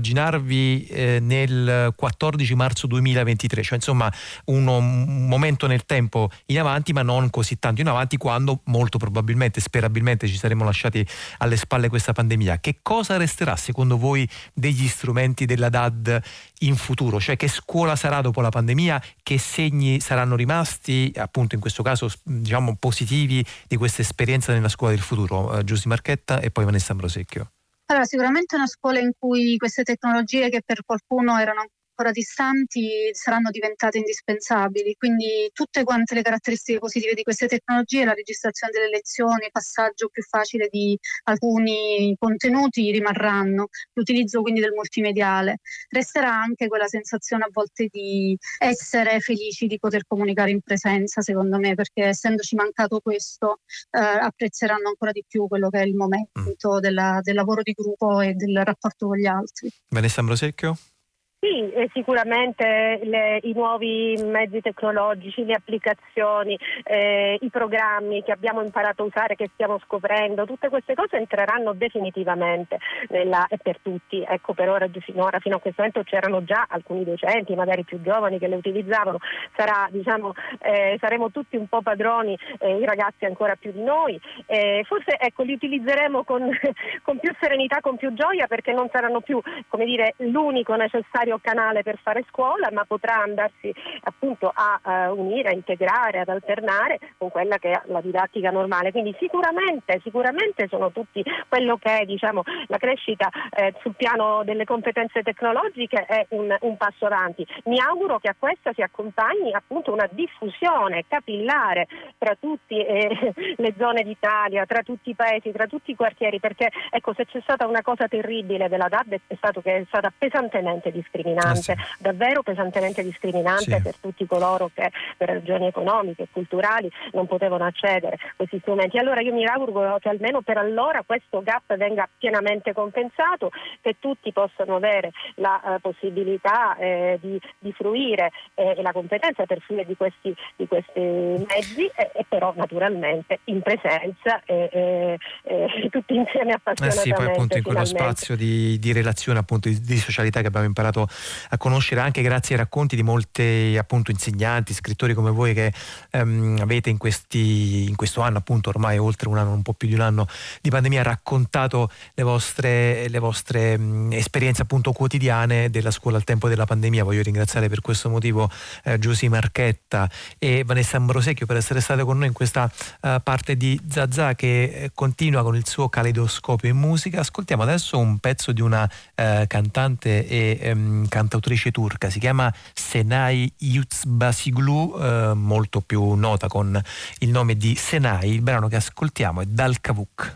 trovarvi nel 14 marzo 2023, cioè insomma un momento nel tempo in avanti, ma non così tanto in avanti, quando molto probabilmente, sperabilmente, ci saremo lasciati alle spalle questa pandemia. Che cosa resterà secondo voi degli strumenti della DAD in futuro? Cioè, che scuola sarà dopo la pandemia? Che segni saranno rimasti, appunto in questo caso diciamo positivi, di questa esperienza nella scuola del futuro? Giusy Marchetta e poi Vanessa Ambrosecchio. Allora, sicuramente una scuola in cui queste tecnologie, che per qualcuno erano ancora distanti, saranno diventate indispensabili, quindi tutte quante le caratteristiche positive di queste tecnologie, la registrazione delle lezioni, il passaggio più facile di alcuni contenuti rimarranno, l'utilizzo quindi del multimediale. Resterà anche quella sensazione a volte di essere felici di poter comunicare in presenza, secondo me, perché essendoci mancato questo apprezzeranno ancora di più quello che è il momento del lavoro di gruppo e del rapporto con gli altri. Vanessa Ambrosecchio? Sì, sicuramente i nuovi mezzi tecnologici, le applicazioni, i programmi che abbiamo imparato a usare, che stiamo scoprendo, tutte queste cose entreranno definitivamente per tutti. Ecco, per ora, finora, fino a questo momento c'erano già alcuni docenti, magari più giovani, che le utilizzavano. Saremo tutti un po' padroni, i ragazzi ancora più di noi. Forse li utilizzeremo con più serenità, con più gioia, perché non saranno più, come dire, l'unico necessario canale per fare scuola, ma potrà andarsi appunto a unire, a integrare, ad alternare con quella che è la didattica normale. Quindi sicuramente sono tutti quello che è, diciamo, la crescita sul piano delle competenze tecnologiche è un passo avanti. Mi auguro che a questa si accompagni appunto una diffusione capillare tra tutte le zone d'Italia, tra tutti i paesi, tra tutti i quartieri, perché ecco, se c'è stata una cosa terribile della DAD è stato che è stata pesantemente discriminante, davvero pesantemente discriminante per tutti coloro che per ragioni economiche e culturali non potevano accedere a questi strumenti. Allora io mi auguro che almeno per allora questo gap venga pienamente compensato, che tutti possano avere la possibilità di fruire e la competenza per fruire di questi mezzi, e però naturalmente in presenza tutti insieme appassionatamente. Poi appunto in quello spazio di relazione, appunto di socialità che abbiamo imparato a conoscere anche grazie ai racconti di molti appunto insegnanti, scrittori come voi, che avete in questo anno, appunto ormai oltre un anno, un po' più di un anno di pandemia, raccontato le vostre esperienze appunto quotidiane della scuola al tempo della pandemia. Voglio ringraziare per questo motivo Giusy Marchetta e Vanessa Ambrosecchio per essere state con noi in questa parte di Zazà, che continua con il suo caleidoscopio in musica. Ascoltiamo adesso un pezzo di una cantante e cantautrice turca, si chiama Senay Yüzbaşıglu, molto più nota con il nome di Senay. Il brano che ascoltiamo è Dal Kavuk.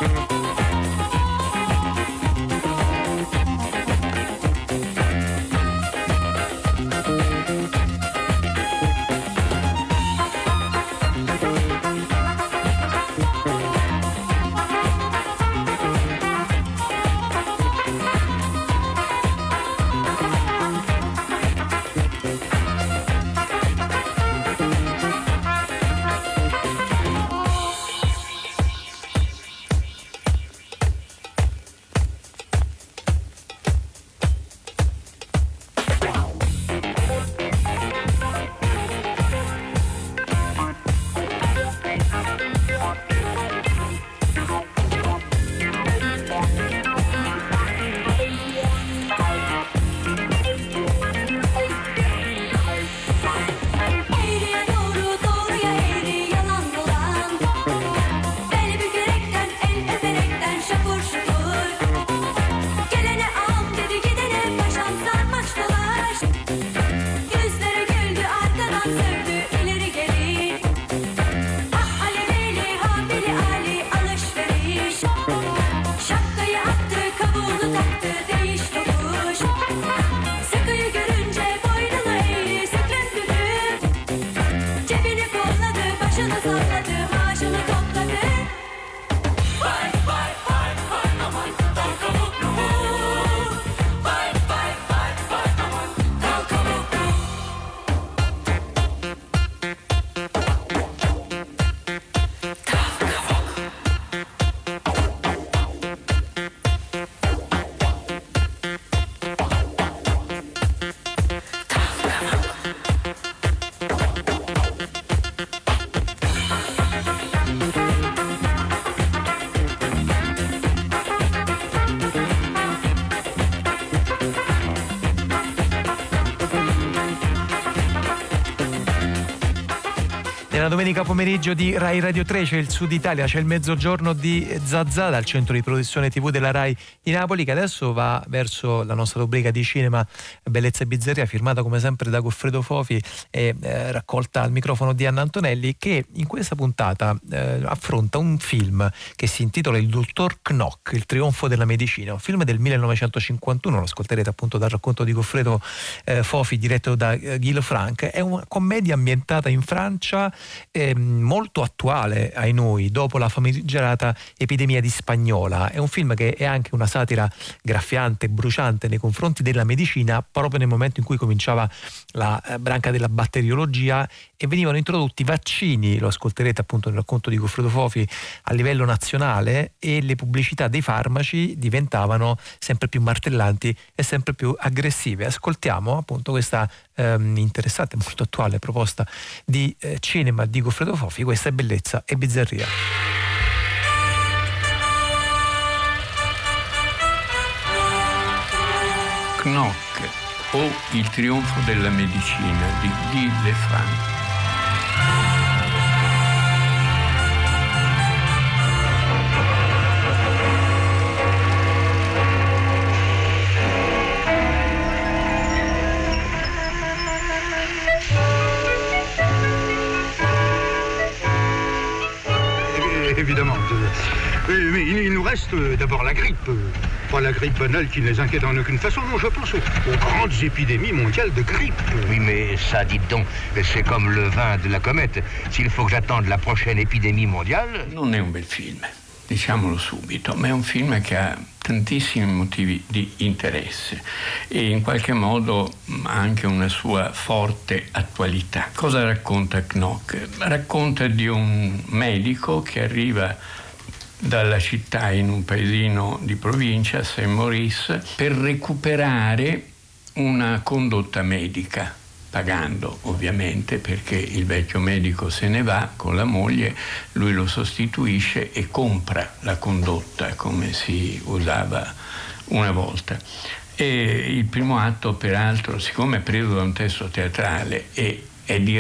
Nella domenica pomeriggio di Rai Radio 3 c'è il Sud Italia, c'è il mezzogiorno di Zazà dal centro di produzione TV della Rai di Napoli, che adesso va verso la nostra rubrica di cinema Bellezza e Bizzarria, firmata come sempre da Goffredo Fofi e raccolta al microfono di Anna Antonelli, che in questa puntata affronta un film che si intitola Il dottor Knock, il trionfo della medicina, un film del 1951, lo ascolterete appunto dal racconto di Goffredo Fofi diretto da Guy Frank. È una commedia ambientata in Francia, molto attuale ai noi dopo la famigerata epidemia di spagnola. È un film che è anche una satira graffiante, bruciante nei confronti della medicina, proprio nel momento in cui cominciava la branca della batteriologia e venivano introdotti vaccini, lo ascolterete appunto nel racconto di Goffredo Fofi, a livello nazionale, e le pubblicità dei farmaci diventavano sempre più martellanti e sempre più aggressive. Ascoltiamo appunto questa interessante, molto attuale proposta di cinema di Goffredo Fofi. Questa è Bellezza e Bizzarria. Knock o Il trionfo della medicina di Guy Frank. Évidemment. Mais il nous reste d'abord la grippe. Pas la grippe banale qui ne les inquiète en aucune façon. Non, je pense aux grandes épidémies mondiales de grippe. Oui, mais ça, dites donc, c'est comme le vin de la comète. S'il faut que j'attende la prochaine épidémie mondiale... Non è un bel film, diciamolo subito, ma è un film che ha tantissimi motivi di interesse e in qualche modo ha anche una sua forte attualità. Cosa racconta Knock? Racconta di un medico che arriva dalla città in un paesino di provincia, Saint-Maurice, per recuperare una condotta medica, pagando ovviamente, perché il vecchio medico se ne va con la moglie, lui lo sostituisce e compra la condotta come si usava una volta. E il primo atto, peraltro, siccome è preso da un testo teatrale e è diretto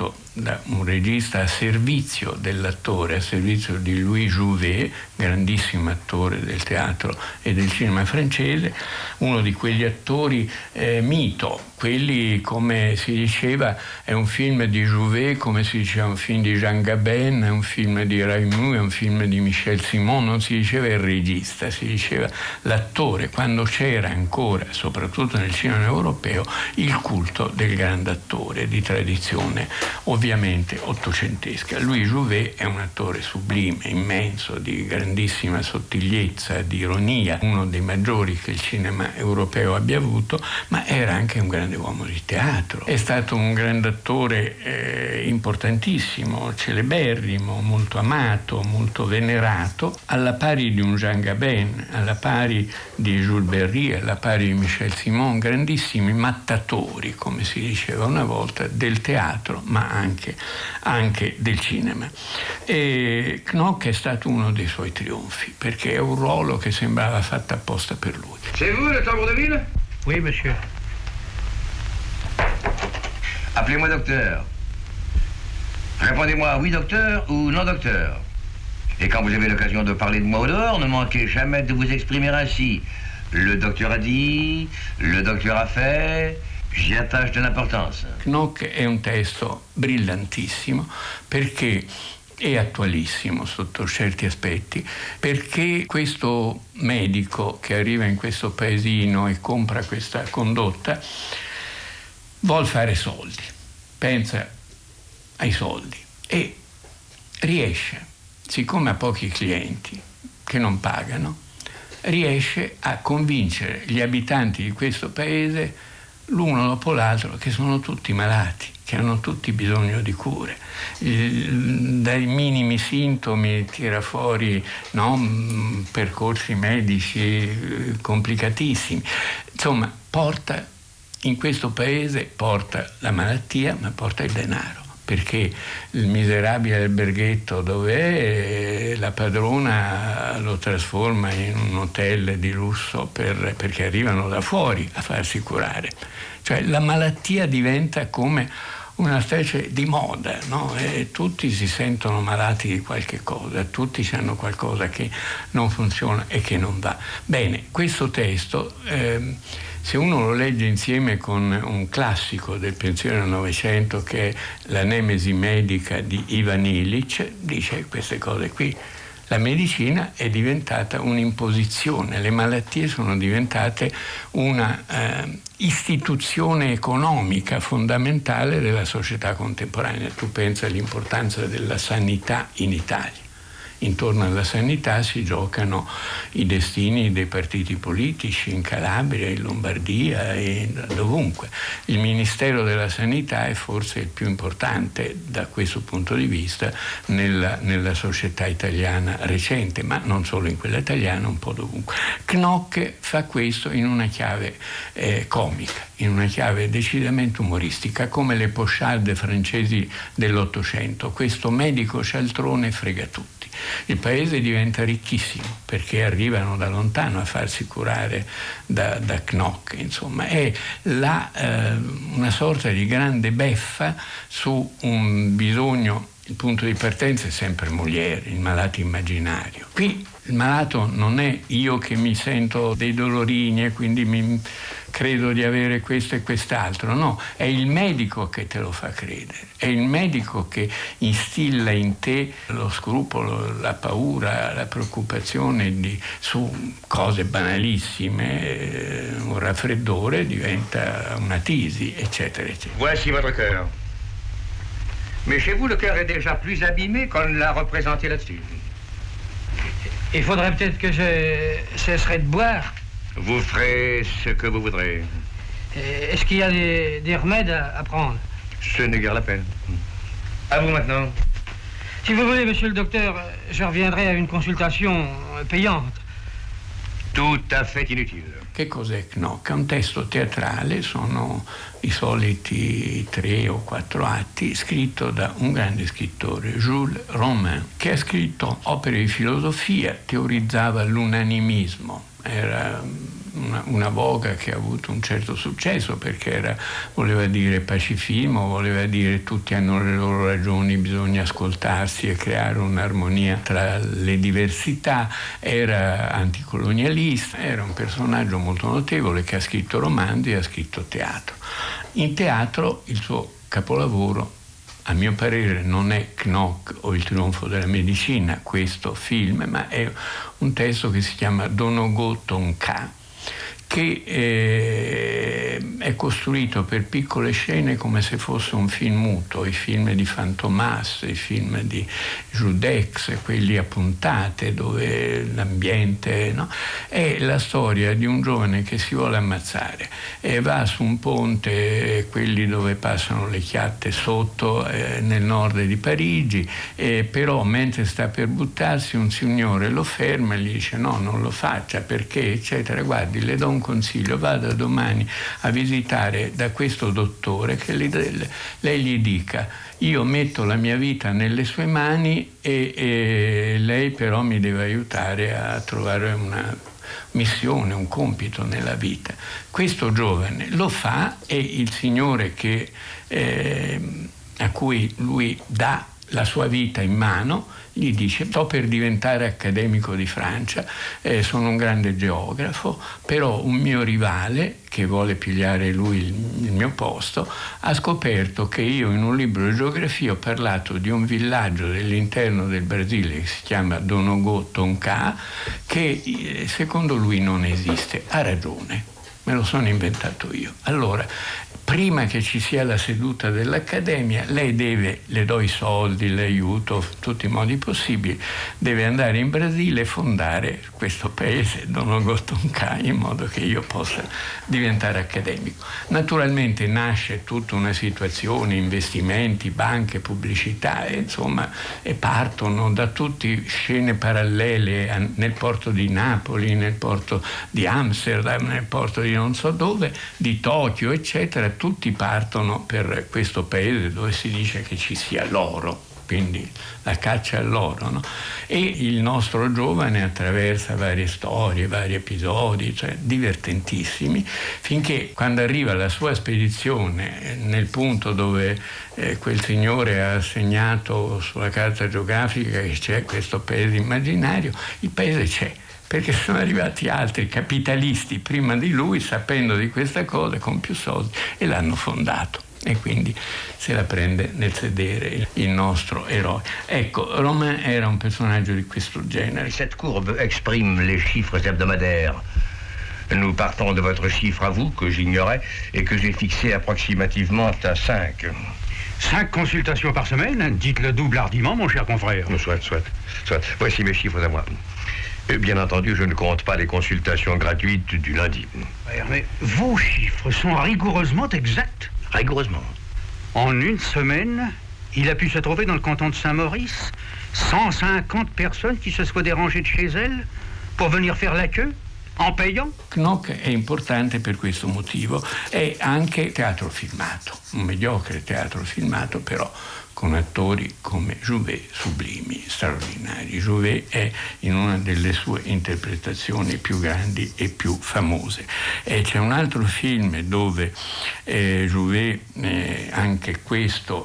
scritto da un regista a servizio dell'attore, a servizio di Louis Jouvet, grandissimo attore del teatro e del cinema francese, uno di quegli attori mito, quelli, come si diceva, è un film di Jouvet, come si diceva un film di Jean Gabin, è un film di Raimund, è un film di Michel Simon, non si diceva il regista, si diceva l'attore, quando c'era ancora, soprattutto nel cinema europeo, il culto del grande attore di tradizione ovviamente ottocentesca. Louis Jouvet è un attore sublime, immenso, di grandissima sottigliezza, di ironia, uno dei maggiori che il cinema europeo abbia avuto, ma era anche un grande uomo di teatro. È stato un grande attore importantissimo, celeberrimo, molto amato, molto venerato, alla pari di un Jean Gabin, alla pari di Jules Berry, alla pari di Michel Simon, grandissimi mattatori, come si diceva una volta, del teatro, ma anche del cinema. E Knock è stato uno dei suoi trionfi, perché è un ruolo che sembrava fatto apposta per lui. C'est vous le tambour de ville? Oui, monsieur. Appelez-moi docteur. Répondez-moi oui docteur ou non docteur. Et quand vous avez l'occasion de parler de moi au dehors, ne manquez jamais de vous exprimer ainsi. Le docteur a dit, le docteur a fait, j'y attache de l'importance. Knock è un testo brillantissimo perché è attualissimo sotto certi aspetti, perché questo medico che arriva in questo paesino e compra questa condotta vuol fare soldi, pensa ai soldi e riesce, siccome ha pochi clienti che non pagano, riesce a convincere gli abitanti di questo paese, l'uno dopo l'altro, che sono tutti malati, che hanno tutti bisogno di cure. Dai minimi sintomi tira fuori percorsi medici complicatissimi. Insomma, porta in questo paese, porta la malattia, ma porta il denaro, perché il miserabile alberghetto dove è, la padrona lo trasforma in un hotel di lusso perché arrivano da fuori a farsi curare. Cioè la malattia diventa come una specie di moda, no? E tutti si sentono malati di qualche cosa, tutti hanno qualcosa che non funziona e che non va. Bene, questo testo, se uno lo legge insieme con un classico del pensiero del Novecento che è La nemesi medica di Ivan Illich, dice queste cose qui. La medicina è diventata un'imposizione, le malattie sono diventate una istituzione economica fondamentale della società contemporanea. Tu pensa all'importanza della sanità in Italia. Intorno alla sanità si giocano i destini dei partiti politici in Calabria, in Lombardia e dovunque. Il Ministero della Sanità è forse il più importante da questo punto di vista nella società italiana recente, ma non solo in quella italiana, un po' dovunque. Knock fa questo in una chiave comica, in una chiave decisamente umoristica, come le pochade francesi dell'Ottocento. Questo medico cialtrone frega tutti. Il paese diventa ricchissimo perché arrivano da lontano a farsi curare da Knock, insomma è una sorta di grande beffa su un bisogno. Il punto di partenza è sempre Molière, il malato immaginario. Qui il malato non è io che mi sento dei dolorini e quindi credo di avere questo e quest'altro, no, è il medico che te lo fa credere, è il medico che instilla in te lo scrupolo, la paura, la preoccupazione su cose banalissime, un raffreddore diventa una tisi, eccetera, eccetera. Voici votre cœur. Mais chez vous, le cœur est déjà plus abîmé qu'on l'a représenté là-dessus. Il faudrait peut-être que je cesserai de boire. Vous ferez ce que vous voudrez. Est-ce qu'il y a des remèdes à prendre? Ce n'est guère la peine. À vous maintenant. Si vous voulez, monsieur le docteur, je reviendrai à une consultation payante. Tout à fait inutile. Che cos'è Knock? È un testo teatrale, sono i soliti 3 o 4 atti, scritto da un grande scrittore, Jules Romain, che ha scritto opere di filosofia, teorizzava l'unanimismo, era una voga che ha avuto un certo successo, perché voleva dire pacifismo, voleva dire tutti hanno le loro ragioni, bisogna ascoltarsi e creare un'armonia tra le diversità, era anticolonialista, era un personaggio molto notevole che ha scritto romanzi e ha scritto teatro. In teatro il suo capolavoro, a mio parere, non è Knock o Il trionfo della medicina, questo film, ma è un testo che si chiama Donogo Tonka, che è costruito per piccole scene come se fosse un film muto, i film di Fantomas, i film di Judex, quelli a puntate dove l'ambiente, no? È la storia di un giovane che si vuole ammazzare e va su un ponte, quelli dove passano le chiatte sotto, nel nord di Parigi, però mentre sta per buttarsi un signore lo ferma e gli dice no, non lo faccia, perché eccetera. Guardi, le do un consiglio, vada domani a visitare da questo dottore, che lei gli dica: io metto la mia vita nelle sue mani e lei però mi deve aiutare a trovare una missione, un compito nella vita. Questo giovane lo fa e il signore a cui lui dà la sua vita in mano gli dice: sto per diventare accademico di Francia, sono un grande geografo, però un mio rivale che vuole pigliare lui il mio posto ha scoperto che io in un libro di geografia ho parlato di un villaggio dell'interno del Brasile che si chiama Donogo Tonka, che secondo lui non esiste. Ha ragione, me lo sono inventato io. Allora, prima che ci sia la seduta dell'Accademia, lei le do i soldi, le aiuto in tutti i modi possibili, deve andare in Brasile e fondare questo paese, Donogo Tonka, in modo che io possa diventare accademico. Naturalmente nasce tutta una situazione, investimenti, banche, pubblicità, e partono da tutti scene parallele nel porto di Napoli, nel porto di Amsterdam, nel porto di non so dove, di Tokyo, eccetera. Tutti partono per questo paese dove si dice che ci sia l'oro, quindi la caccia all'oro, no? E il nostro giovane attraversa varie storie, vari episodi, divertentissimi, finché quando arriva la sua spedizione nel punto dove quel signore ha segnato sulla carta geografica che c'è questo paese immaginario, il paese c'è, perché sono arrivati altri capitalisti prima di lui, sapendo di questa cosa, con più soldi, e l'hanno fondato. E quindi se la prende nel sedere il nostro eroe. Ecco, Romain era un personaggio di questo genere. Cette courbe exprime les chiffres hebdomadaires. Nous partons de votre chiffre à vous, que j'ignorais, et que j'ai fixé approximativement à 5. 5 consultations par semaine? Dites le double hardiment, mon cher confrère. Soit. Voici mes chiffres à moi. Bien entendu, je ne compte pas les consultations gratuites du lundi. Mais vos chiffres sont rigoureusement exacts. Rigoureusement. En une semaine, il a pu se trouver dans le canton de Saint-Maurice 150 personnes qui se soient dérangées de chez elles pour venir faire la queue en payant. Knock è importante per questo motivo. È anche teatro filmato, un mediocre teatro filmato, però con attori come Jouvet, sublimi, straordinari. Jouvet è in una delle sue interpretazioni più grandi e più famose. E c'è un altro film dove Jouvet, anche questo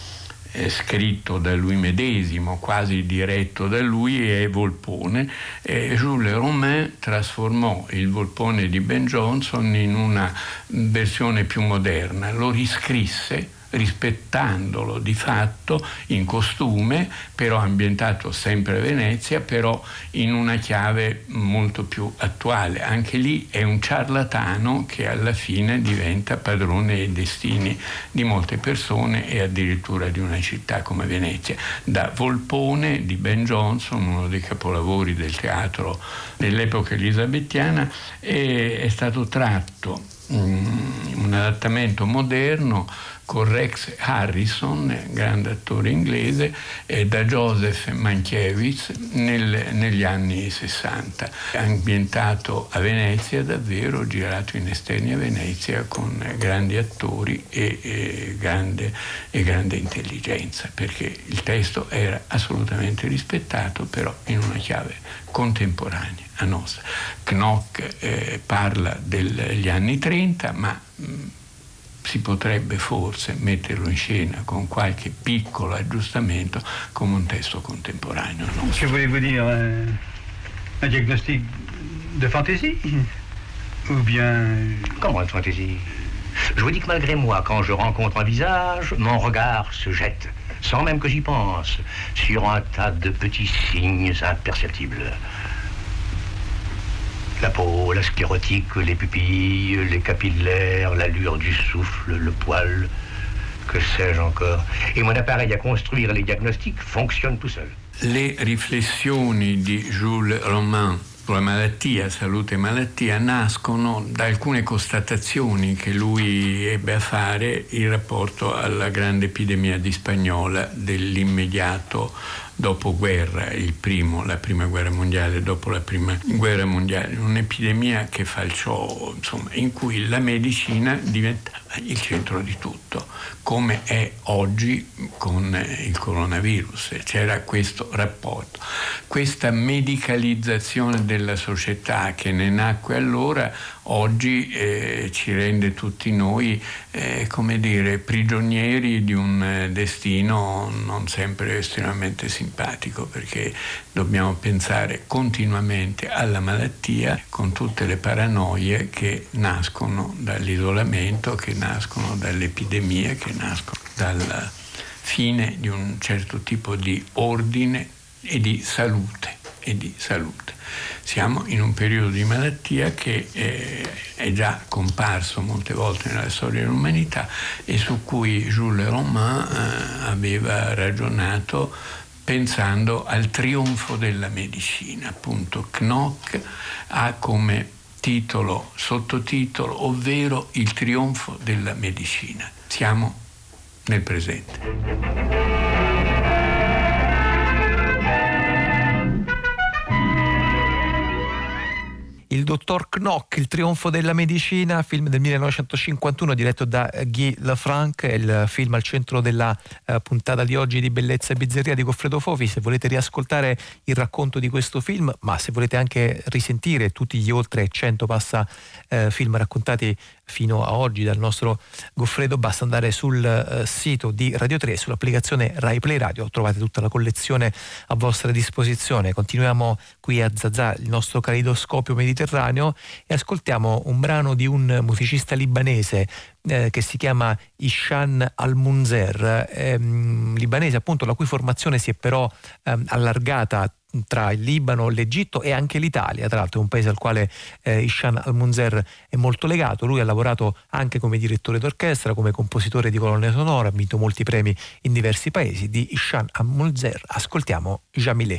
scritto da lui medesimo, quasi diretto da lui, è Volpone. Jules Romain trasformò il Volpone di Ben Jonson in una versione più moderna, lo riscrisse rispettandolo di fatto in costume, però ambientato sempre a Venezia, però in una chiave molto più attuale. Anche lì è un ciarlatano che alla fine diventa padrone dei destini di molte persone e addirittura di una città come Venezia. Da Volpone di Ben Jonson, uno dei capolavori del teatro dell'epoca elisabettiana, è stato tratto un adattamento moderno con Rex Harrison, grande attore inglese, da Joseph Mankiewicz negli anni 60, ambientato a Venezia davvero, girato in esterni a Venezia con grandi attori e grande intelligenza, perché il testo era assolutamente rispettato, però in una chiave contemporanea. nostra. Knock parla degli anni 30, ma si potrebbe forse metterlo in scena con qualche piccolo aggiustamento come un testo contemporaneo. Che voulez-vous dire? Un diagnostic de fantaisie? Ou bien... Comment de fantaisie? Je vous dis que malgré moi, quand je rencontre un visage, mon regard se jette, sans même que j'y pense, sur un tas de petits signes imperceptibles. La peau, la sclérotique, les pupilles, les capillaires, l'allure du souffle, le poil, que sais-je encore. Et mon appareil à construire les diagnostics fonctionne tout seul. Le riflessioni di Jules Romain sulla malattia, salute e malattia, nascono da alcune constatazioni che lui ebbe a fare in rapporto alla grande epidemia di spagnola dell'immediato dopoguerra, la prima guerra mondiale, dopo la prima guerra mondiale, un'epidemia che falciò, insomma, in cui la medicina diventava il centro di tutto, come è oggi con il coronavirus. C'era questo rapporto, questa medicalizzazione della società che ne nacque allora, oggi ci rende tutti noi, come dire, prigionieri di un destino non sempre estremamente simpatico, perché dobbiamo pensare continuamente alla malattia con tutte le paranoie che nascono dall'isolamento, che nascono dalle epidemie, che nascono dalla fine di un certo tipo di ordine e di salute. Siamo in un periodo di malattia che è già comparso molte volte nella storia dell'umanità e su cui Jules Romain aveva ragionato pensando al trionfo della medicina. Appunto, Knock ha come sottotitolo, ovvero il trionfo della medicina. Siamo nel presente. Il dottor Knock, il trionfo della medicina, film del 1951 diretto da Guy Lafranc, è il film al centro della puntata di oggi di Bellezza e Bizzarria di Goffredo Fofi. Se volete riascoltare il racconto di questo film, ma se volete anche risentire tutti gli oltre 100 film raccontati fino a oggi dal nostro Goffredo, basta andare sul sito di Radio 3, sull'applicazione Rai Play Radio, trovate tutta la collezione a vostra disposizione. Continuiamo qui a Zazà, il nostro caleidoscopio mediterraneo, e ascoltiamo un brano di un musicista libanese che si chiama Ishan Al-Munzer, libanese appunto, la cui formazione si è però allargata tra il Libano, l'Egitto e anche l'Italia. Tra l'altro è un paese al quale Ishan Al-Munzer è molto legato. Lui ha lavorato anche come direttore d'orchestra, come compositore di colonne sonore, ha vinto molti premi in diversi paesi. Di Ishan Al-Munzer ascoltiamo Jamilé.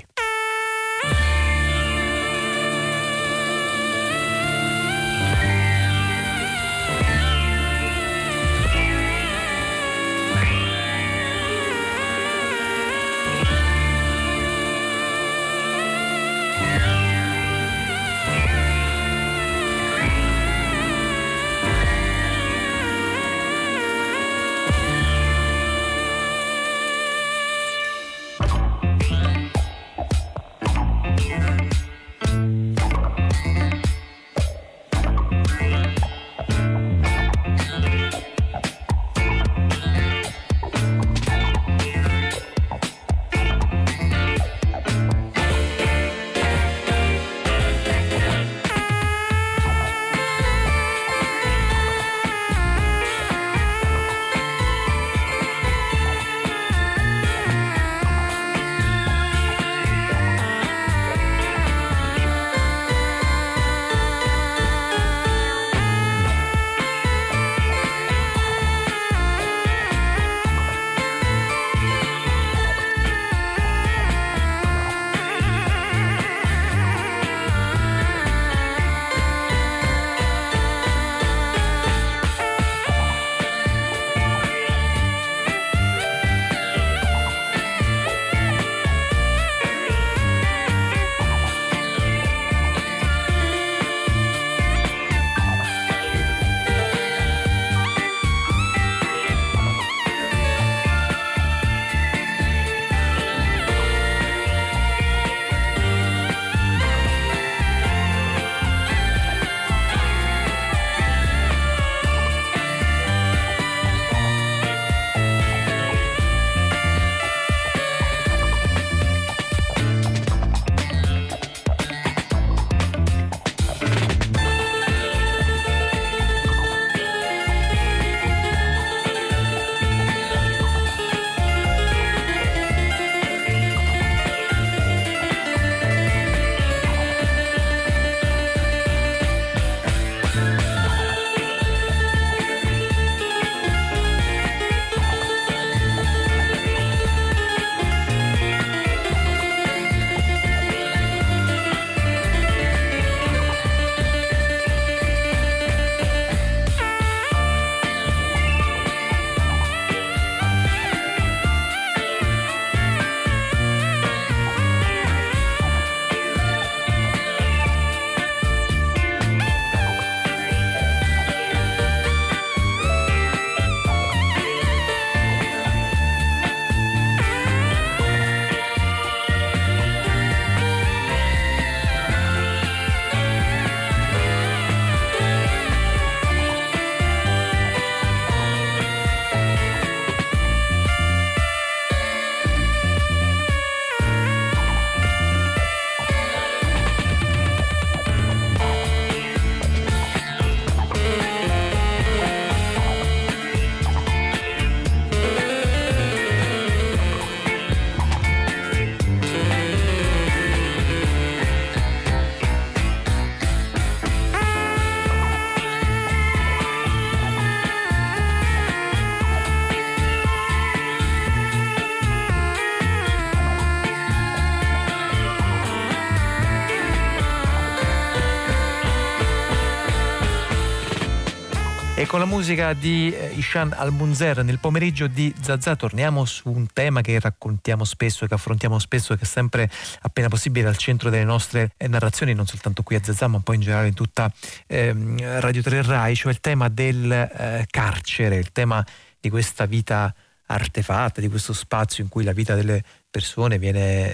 E con la musica di Ishan Al-Munzer nel pomeriggio di Zazà torniamo su un tema che raccontiamo spesso, che affrontiamo spesso, che è sempre appena possibile al centro delle nostre narrazioni, non soltanto qui a Zazà ma un po' in generale in tutta Radio 3 Rai, cioè il tema del carcere, il tema di questa vita artefatta, di questo spazio in cui la vita delle persone viene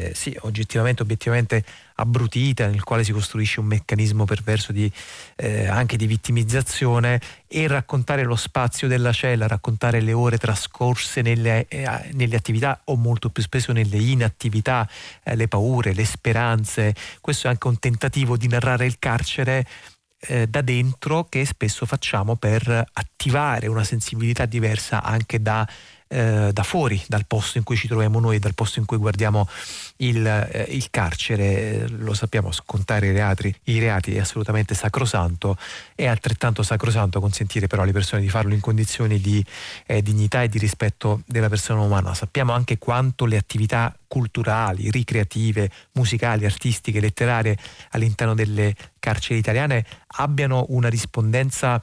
obiettivamente abbrutita, nel quale si costruisce un meccanismo perverso anche di vittimizzazione, e raccontare lo spazio della cella, raccontare le ore trascorse nelle attività o molto più spesso nelle inattività, le paure, le speranze. Questo è anche un tentativo di narrare il carcere da dentro, che spesso facciamo per attivare una sensibilità diversa anche da fuori, dal posto in cui ci troviamo noi, dal posto in cui guardiamo il carcere. Lo sappiamo, scontare i reati è assolutamente sacrosanto, è altrettanto sacrosanto consentire però alle persone di farlo in condizioni di dignità e di rispetto della persona umana. Sappiamo anche quanto le attività culturali, ricreative, musicali, artistiche, letterarie all'interno delle carceri italiane abbiano una rispondenza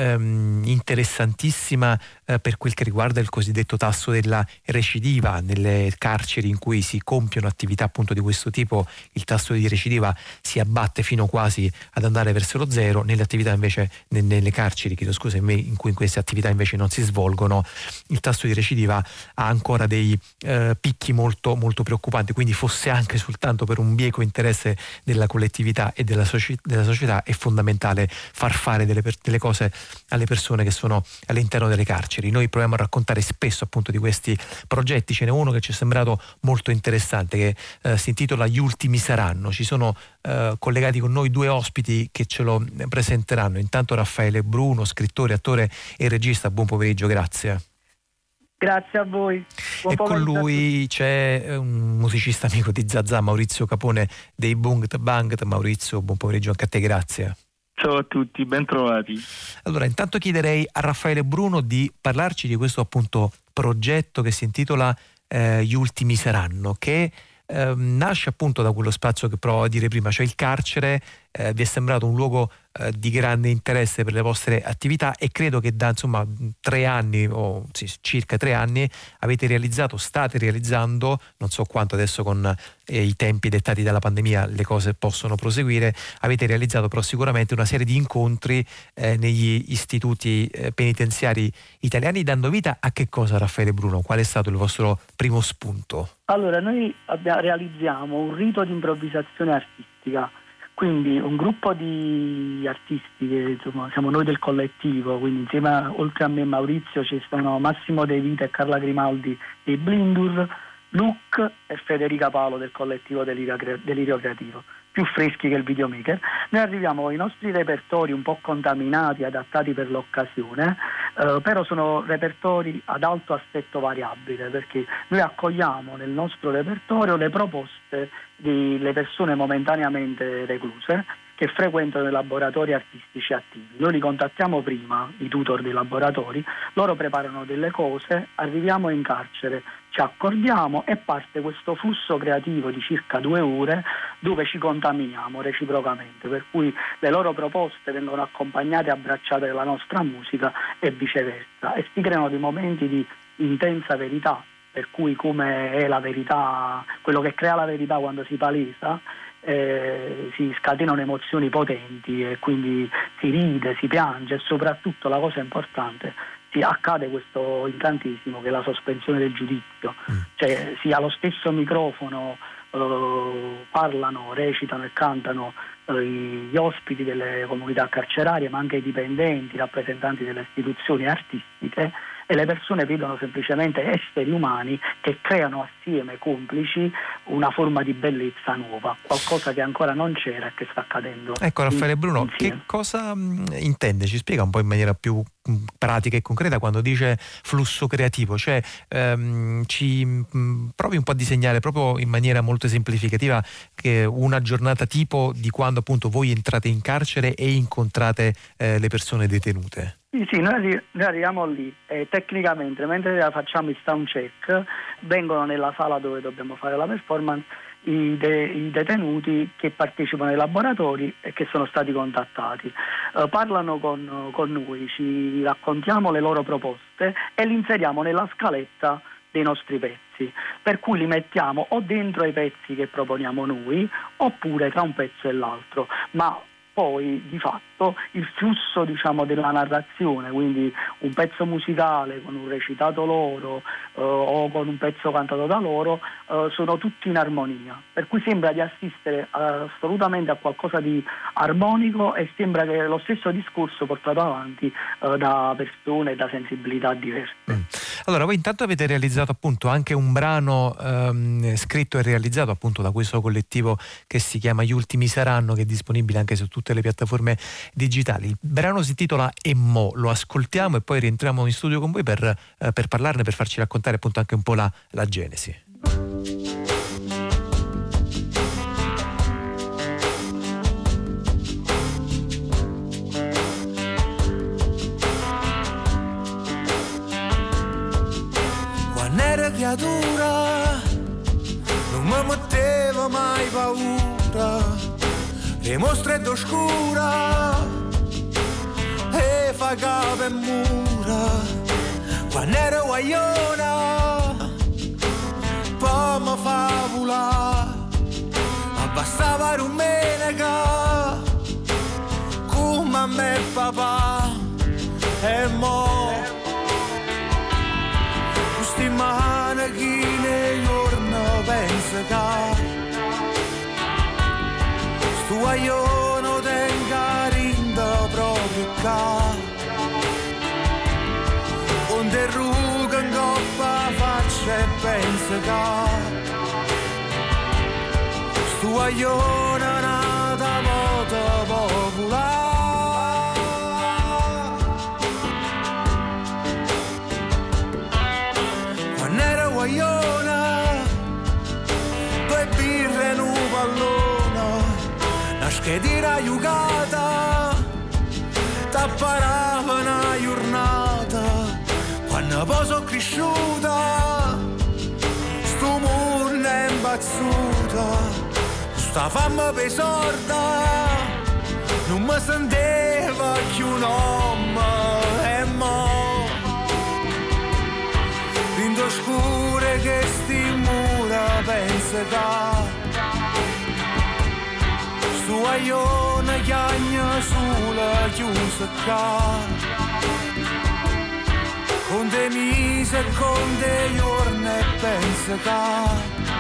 interessantissima per quel che riguarda il cosiddetto tasso della recidiva. Nelle carceri in cui si compiono attività appunto di questo tipo, il tasso di recidiva si abbatte fino quasi ad andare verso lo zero. Nelle attività invece, nelle carceri, in cui queste attività invece non si svolgono, il tasso di recidiva ha ancora dei picchi molto, molto preoccupanti. Quindi, fosse anche soltanto per un bieco interesse della collettività e della società, è fondamentale far fare delle cose alle persone che sono all'interno delle carceri. Noi proviamo a raccontare spesso appunto di questi progetti. Ce n'è uno che ci è sembrato molto interessante, che si intitola Gli ultimi saranno. Ci sono collegati con noi due ospiti che ce lo presenteranno. Intanto Raffaele Bruno, scrittore, attore e regista. Buon pomeriggio, grazie. Grazie a voi. E con lui c'è un musicista amico di Zazà, Maurizio Capone dei Bungt Bangt. Maurizio, buon pomeriggio anche a te, grazie. Ciao a tutti, ben trovati. Allora, intanto chiederei a Raffaele Bruno di parlarci di questo appunto progetto che si intitola Gli ultimi saranno, che nasce appunto da quello spazio che provo a dire prima, cioè il carcere. Vi è sembrato un luogo di grande interesse per le vostre attività, e credo che da circa 3 anni state realizzando, non so quanto adesso con i tempi dettati dalla pandemia le cose possono proseguire, avete realizzato però sicuramente una serie di incontri negli istituti penitenziari italiani, dando vita a che cosa, Raffaele Bruno? Qual è stato il vostro primo spunto? Allora, noi realizziamo un rito di improvvisazione artistica. Quindi un gruppo di artisti che siamo noi del collettivo, quindi insieme oltre a me e Maurizio ci sono Massimo De Vita e Carla Grimaldi dei Blindur, Luc e Federica Paolo del collettivo Delirio Creativo, più freschi che il videomaker. Noi arriviamo con i nostri repertori un po' contaminati, adattati per l'occasione, però sono repertori ad alto assetto variabile, perché noi accogliamo nel nostro repertorio le proposte delle persone momentaneamente recluse che frequentano i laboratori artistici attivi. Noi li contattiamo prima, i tutor dei laboratori, loro preparano delle cose, arriviamo in carcere, ci accordiamo e parte questo flusso creativo di circa 2 ore dove ci contaminiamo reciprocamente, per cui le loro proposte vengono accompagnate e abbracciate dalla nostra musica e viceversa, e si creano dei momenti di intensa verità, per cui come è la verità, quello che crea la verità quando si palesa, si scatenano emozioni potenti e quindi si ride, si piange, e soprattutto la cosa importante, accade questo incantesimo che è la sospensione del giudizio, cioè si ha lo stesso microfono, parlano, recitano e cantano gli ospiti delle comunità carcerarie, ma anche i dipendenti, i rappresentanti delle istituzioni artistiche, e le persone vedono semplicemente esseri umani che creano assieme, complici, una forma di bellezza nuova, qualcosa che ancora non c'era e che sta accadendo. Ecco, Raffaele Bruno, insieme. Che cosa intende? Ci spiega un po' in maniera più pratica e concreta quando dice flusso creativo, cioè ci provi un po' a disegnare proprio in maniera molto esemplificativa che una giornata tipo di quando appunto voi entrate in carcere e incontrate le persone detenute. Sì, noi arriviamo lì e tecnicamente, mentre facciamo il sound check, vengono nella sala dove dobbiamo fare la performance i detenuti che partecipano ai laboratori e che sono stati contattati. Parlano con noi, ci raccontiamo le loro proposte e li inseriamo nella scaletta dei nostri pezzi, per cui li mettiamo o dentro ai pezzi che proponiamo noi oppure tra un pezzo e l'altro, ma poi di fatto il flusso, diciamo, della narrazione, quindi un pezzo musicale con un recitato loro o con un pezzo cantato da loro, sono tutti in armonia, per cui sembra di assistere assolutamente a qualcosa di armonico e sembra che lo stesso discorso portato avanti da persone e da sensibilità diverse. Allora, voi intanto avete realizzato appunto anche un brano scritto e realizzato appunto da questo collettivo che si chiama Gli Ultimi Saranno, che è disponibile anche su tutte le piattaforme digitali. Il brano si intitola E mo', lo ascoltiamo e poi rientriamo in studio con voi per parlarne, per farci raccontare appunto anche un po' la genesi. Quando ero creatura non mi metteva mai paura, le mostre d'oscura e fa capo e mura. Quando ero guagliona poi mi fa volare, ma bastava domenica come a me papà. E mo questi manichi nei giorni penso che stu guaglione tenga rinda proprio qua, con te ruga in coppa faccia e pensa che stu guaglione nata moto popolare. Quando ero guagliona, 2 birre in un pallone, una schedina aiugata, t'apparava una giornata. Quando poi sono cresciuta, sto mondo è imbazzuta, sta fame per sorda, non mi sentiva più un uomo. E mo' rindo scure che sti mura pensa che stu guaglione chiagna sulla chiusa qua, con te mise e con te giorni e pensa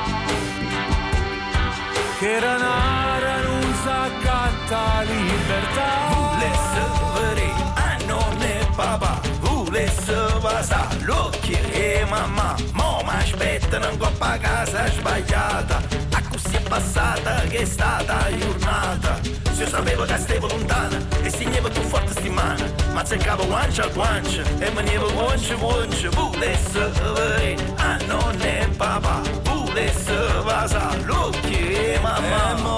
che era nara non s'accatta libertà. Volesse vedere a nonno e papà, volesse passare l'occhio e mamma, mo' m'aspettano in coppa casa sbagliata. A così è passata che è stata giornata, se io sapevo che stavo lontana e segnava più forte stimana, ma cercavo guancia a guancia e veniva guancia guancia. Volesse vedere a nonno e papà, volesse passare l'occhio e mamma.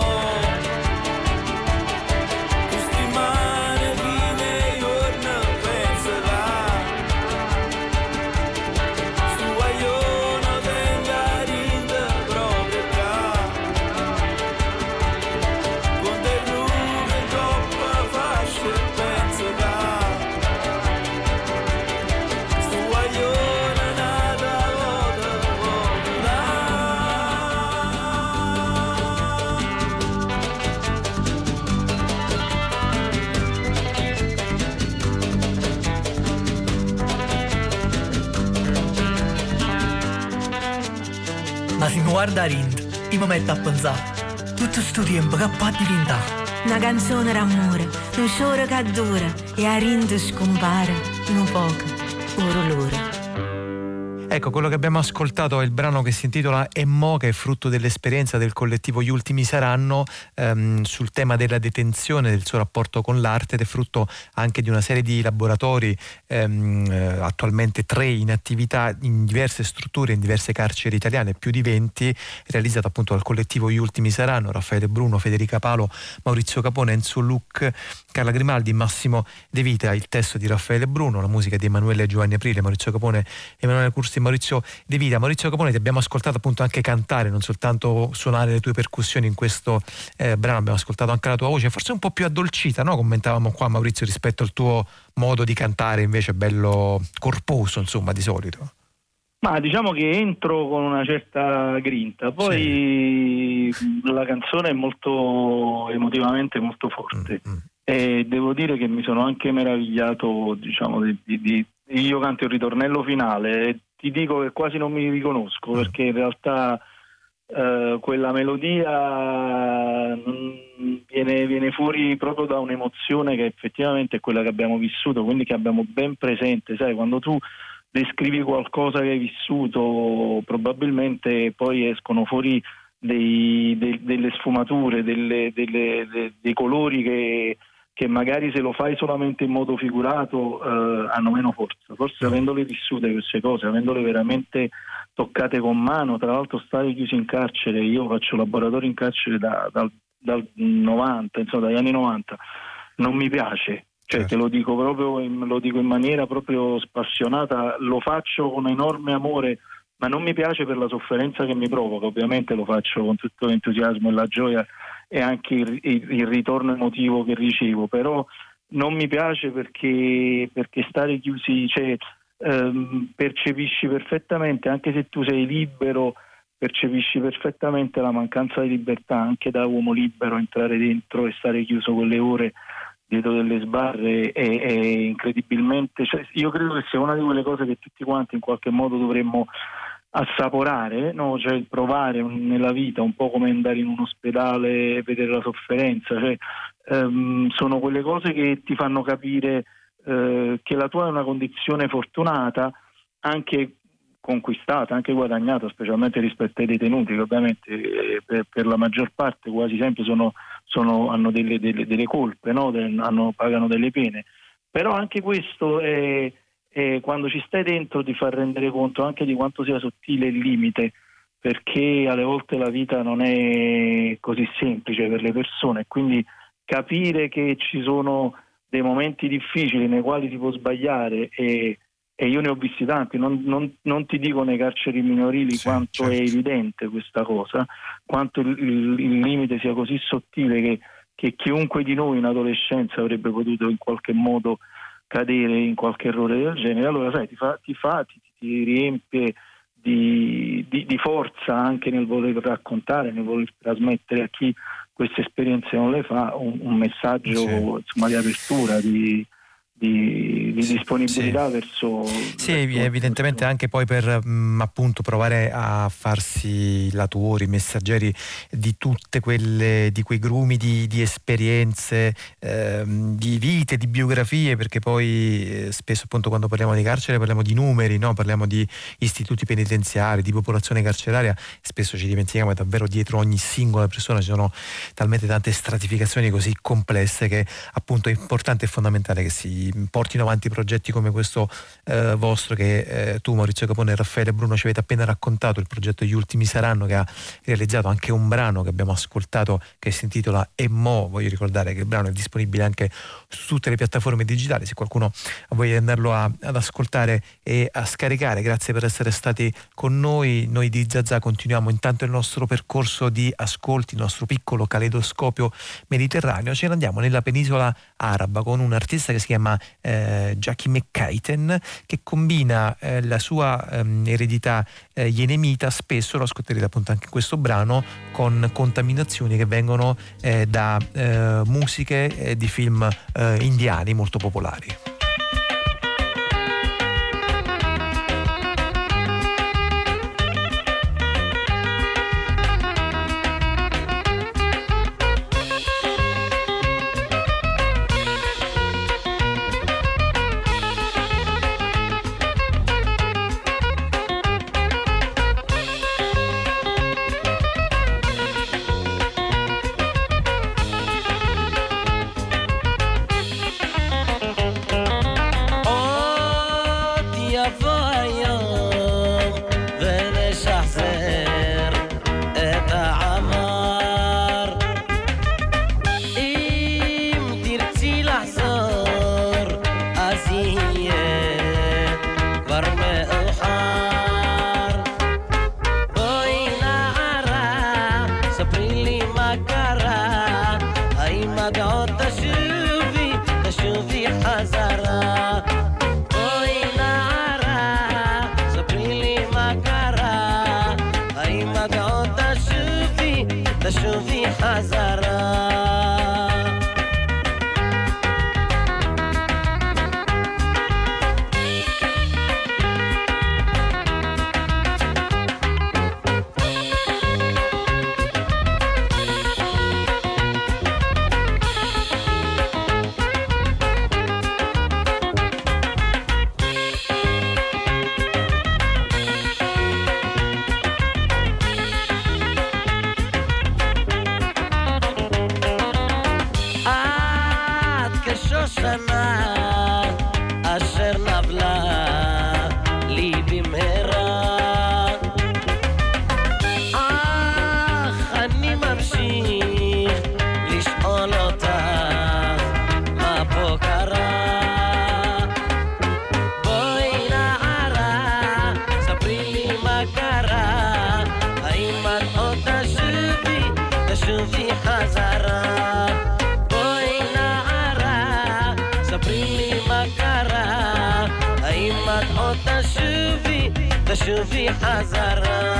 Ma se mi guarda Rind, io mi metto a pensare, tutto sto tempo che può diventare? Una canzone d'amore, un sciore che dura, e a Rind scompare, un poco, oro l'ora. Ecco, quello che abbiamo ascoltato è il brano che si intitola E mo', che è frutto dell'esperienza del collettivo Gli Ultimi Saranno sul tema della detenzione, del suo rapporto con l'arte, ed è frutto anche di una serie di laboratori, attualmente 3 in attività in diverse strutture, in diverse carceri italiane, più di 20, realizzato appunto dal collettivo Gli Ultimi Saranno, Raffaele Bruno, Federica Palo, Maurizio Capone, Enzo Luc, Carla Grimaldi, Massimo De Vita. Il testo di Raffaele Bruno, la musica di Emanuele Giovanni Aprile, Maurizio Capone, Emanuele Cursi, Maurizio De Vita. Maurizio Capone, ti abbiamo ascoltato appunto anche cantare, non soltanto suonare le tue percussioni in questo brano, abbiamo ascoltato anche la tua voce, forse un po' più addolcita, no? Commentavamo qua, Maurizio, rispetto al tuo modo di cantare invece bello corposo, insomma, di solito. Ma diciamo che entro con una certa grinta, poi la canzone è molto emotivamente molto forte. E devo dire che mi sono anche meravigliato, diciamo, io canto il ritornello finale e ti dico che quasi non mi riconosco, perché in realtà quella melodia viene fuori proprio da un'emozione che effettivamente è quella che abbiamo vissuto, quindi che abbiamo ben presente. Sai, quando tu descrivi qualcosa che hai vissuto, probabilmente poi escono fuori delle sfumature, dei colori che magari se lo fai solamente in modo figurato hanno meno forza. Forse avendole vissute queste cose, avendole veramente toccate con mano, tra l'altro stare chiusi in carcere, io faccio laboratorio in carcere dal 90, insomma dagli anni 90, non mi piace. Cioè, te lo dico proprio, lo dico in maniera proprio spassionata, lo faccio con enorme amore, ma non mi piace per la sofferenza che mi provoca. Ovviamente lo faccio con tutto l'entusiasmo e la gioia e anche il ritorno emotivo che ricevo, però non mi piace perché stare chiusi, cioè, percepisci perfettamente, anche se tu sei libero, percepisci perfettamente la mancanza di libertà anche da uomo libero. Entrare dentro e stare chiuso quelle ore dietro delle sbarre è incredibilmente, cioè, io credo che sia una di quelle cose che tutti quanti in qualche modo dovremmo assaporare, no? Cioè provare nella vita, un po' come andare in un ospedale e vedere la sofferenza, cioè, sono quelle cose che ti fanno capire che la tua è una condizione fortunata, anche conquistata, anche guadagnata, specialmente rispetto ai detenuti, che ovviamente per la maggior parte quasi sempre hanno delle colpe, no? Pagano delle pene, però anche questo è quando ci stai dentro ti fa rendere conto anche di quanto sia sottile il limite, perché alle volte la vita non è così semplice per le persone, quindi capire che ci sono dei momenti difficili nei quali si può sbagliare e io ne ho visti tanti, non ti dico nei carceri minorili, sì, quanto certo. È evidente questa cosa, quanto il limite sia così sottile che chiunque di noi in adolescenza avrebbe potuto in qualche modo cadere in qualche errore del genere. Allora sai, ti riempie di forza anche nel voler raccontare, nel voler trasmettere a chi queste esperienze non le fa un messaggio, sì, insomma, di apertura, di disponibilità, sì, verso evidentemente anche poi per appunto provare a farsi latori, messaggeri di tutte quelle, di quei grumi di esperienze, di vite, di biografie, perché poi spesso appunto quando parliamo di carcere parliamo di numeri, no? Parliamo di istituti penitenziari, di popolazione carceraria, spesso ci dimentichiamo che davvero dietro ogni singola persona ci sono talmente tante stratificazioni così complesse che appunto è importante e fondamentale che si portino avanti progetti come questo vostro, che tu, Maurizio Capone e Raffaele Bruno ci avete appena raccontato, il progetto Gli Ultimi Saranno, che ha realizzato anche un brano che abbiamo ascoltato che si intitola E Mo'. Voglio ricordare che il brano è disponibile anche su tutte le piattaforme digitali, se qualcuno voglia andarlo ad ascoltare e a scaricare. Grazie per essere stati con noi di Zazà. Continuiamo intanto il nostro percorso di ascolti, il nostro piccolo caleidoscopio mediterraneo. Ce ne andiamo nella penisola araba con un artista che si chiama Jackie McKaiten, che combina la sua eredità yemenita, spesso lo ascolterete appunto anche in questo brano, con contaminazioni che vengono da musiche di film indiani molto popolari. ما قعدت تشوفي حزرة وي نعرة صبري لي مكرة هاي ما قعدت تشوفي حزرة אשר נבלה לי במהרה אך אני ממשיך לשאול אותך מה פה קרה בואי נערה ספרי לי מה קרה האם את עוד תשובי חזרה תשובי חזרה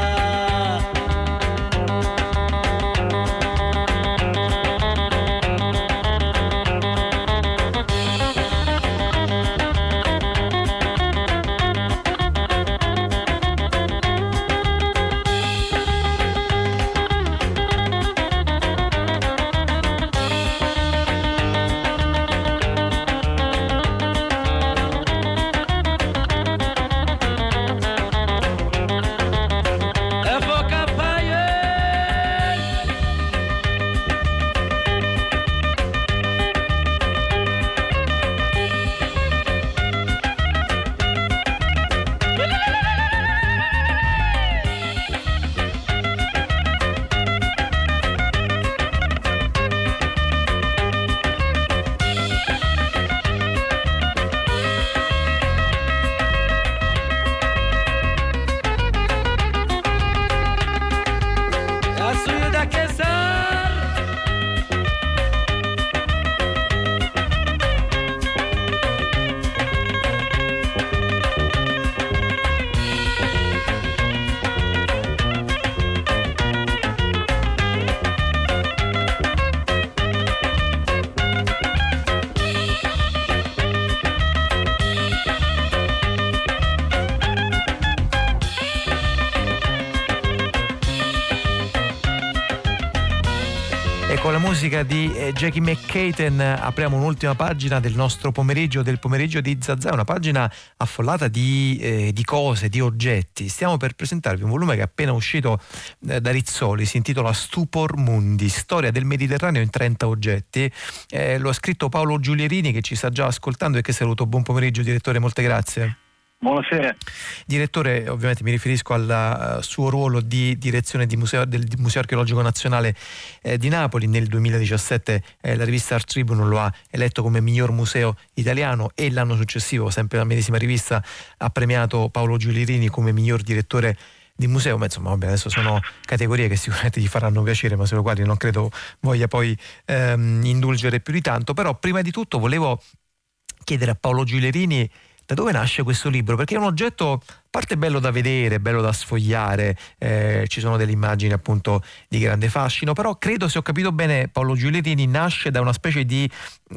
Con la musica di Jackie McCaten apriamo un'ultima pagina del nostro pomeriggio, del pomeriggio di Zazà, una pagina affollata di cose, di oggetti. Stiamo per presentarvi un volume che è appena uscito da Rizzoli, si intitola Stupor Mundi, storia del Mediterraneo in 30 oggetti. Lo ha scritto Paolo Giulierini, che ci sta già ascoltando e che saluto. Buon pomeriggio direttore, molte grazie. Buonasera. Direttore, ovviamente mi riferisco al suo ruolo di direzione del Museo Archeologico Nazionale di Napoli. Nel 2017 la rivista Art Tribune lo ha eletto come miglior museo italiano e l'anno successivo, sempre la medesima rivista, ha premiato Paolo Giulierini come miglior direttore di museo. Ma insomma, vabbè, adesso sono categorie che sicuramente gli faranno piacere, ma sulle quali non credo voglia poi indulgere più di tanto. Però prima di tutto volevo chiedere a Paolo Giulierini da dove nasce questo libro, perché è un oggetto, a parte bello da vedere, bello da sfogliare, ci sono delle immagini appunto di grande fascino, però credo, se ho capito bene, Paolo Giulierini nasce da una specie di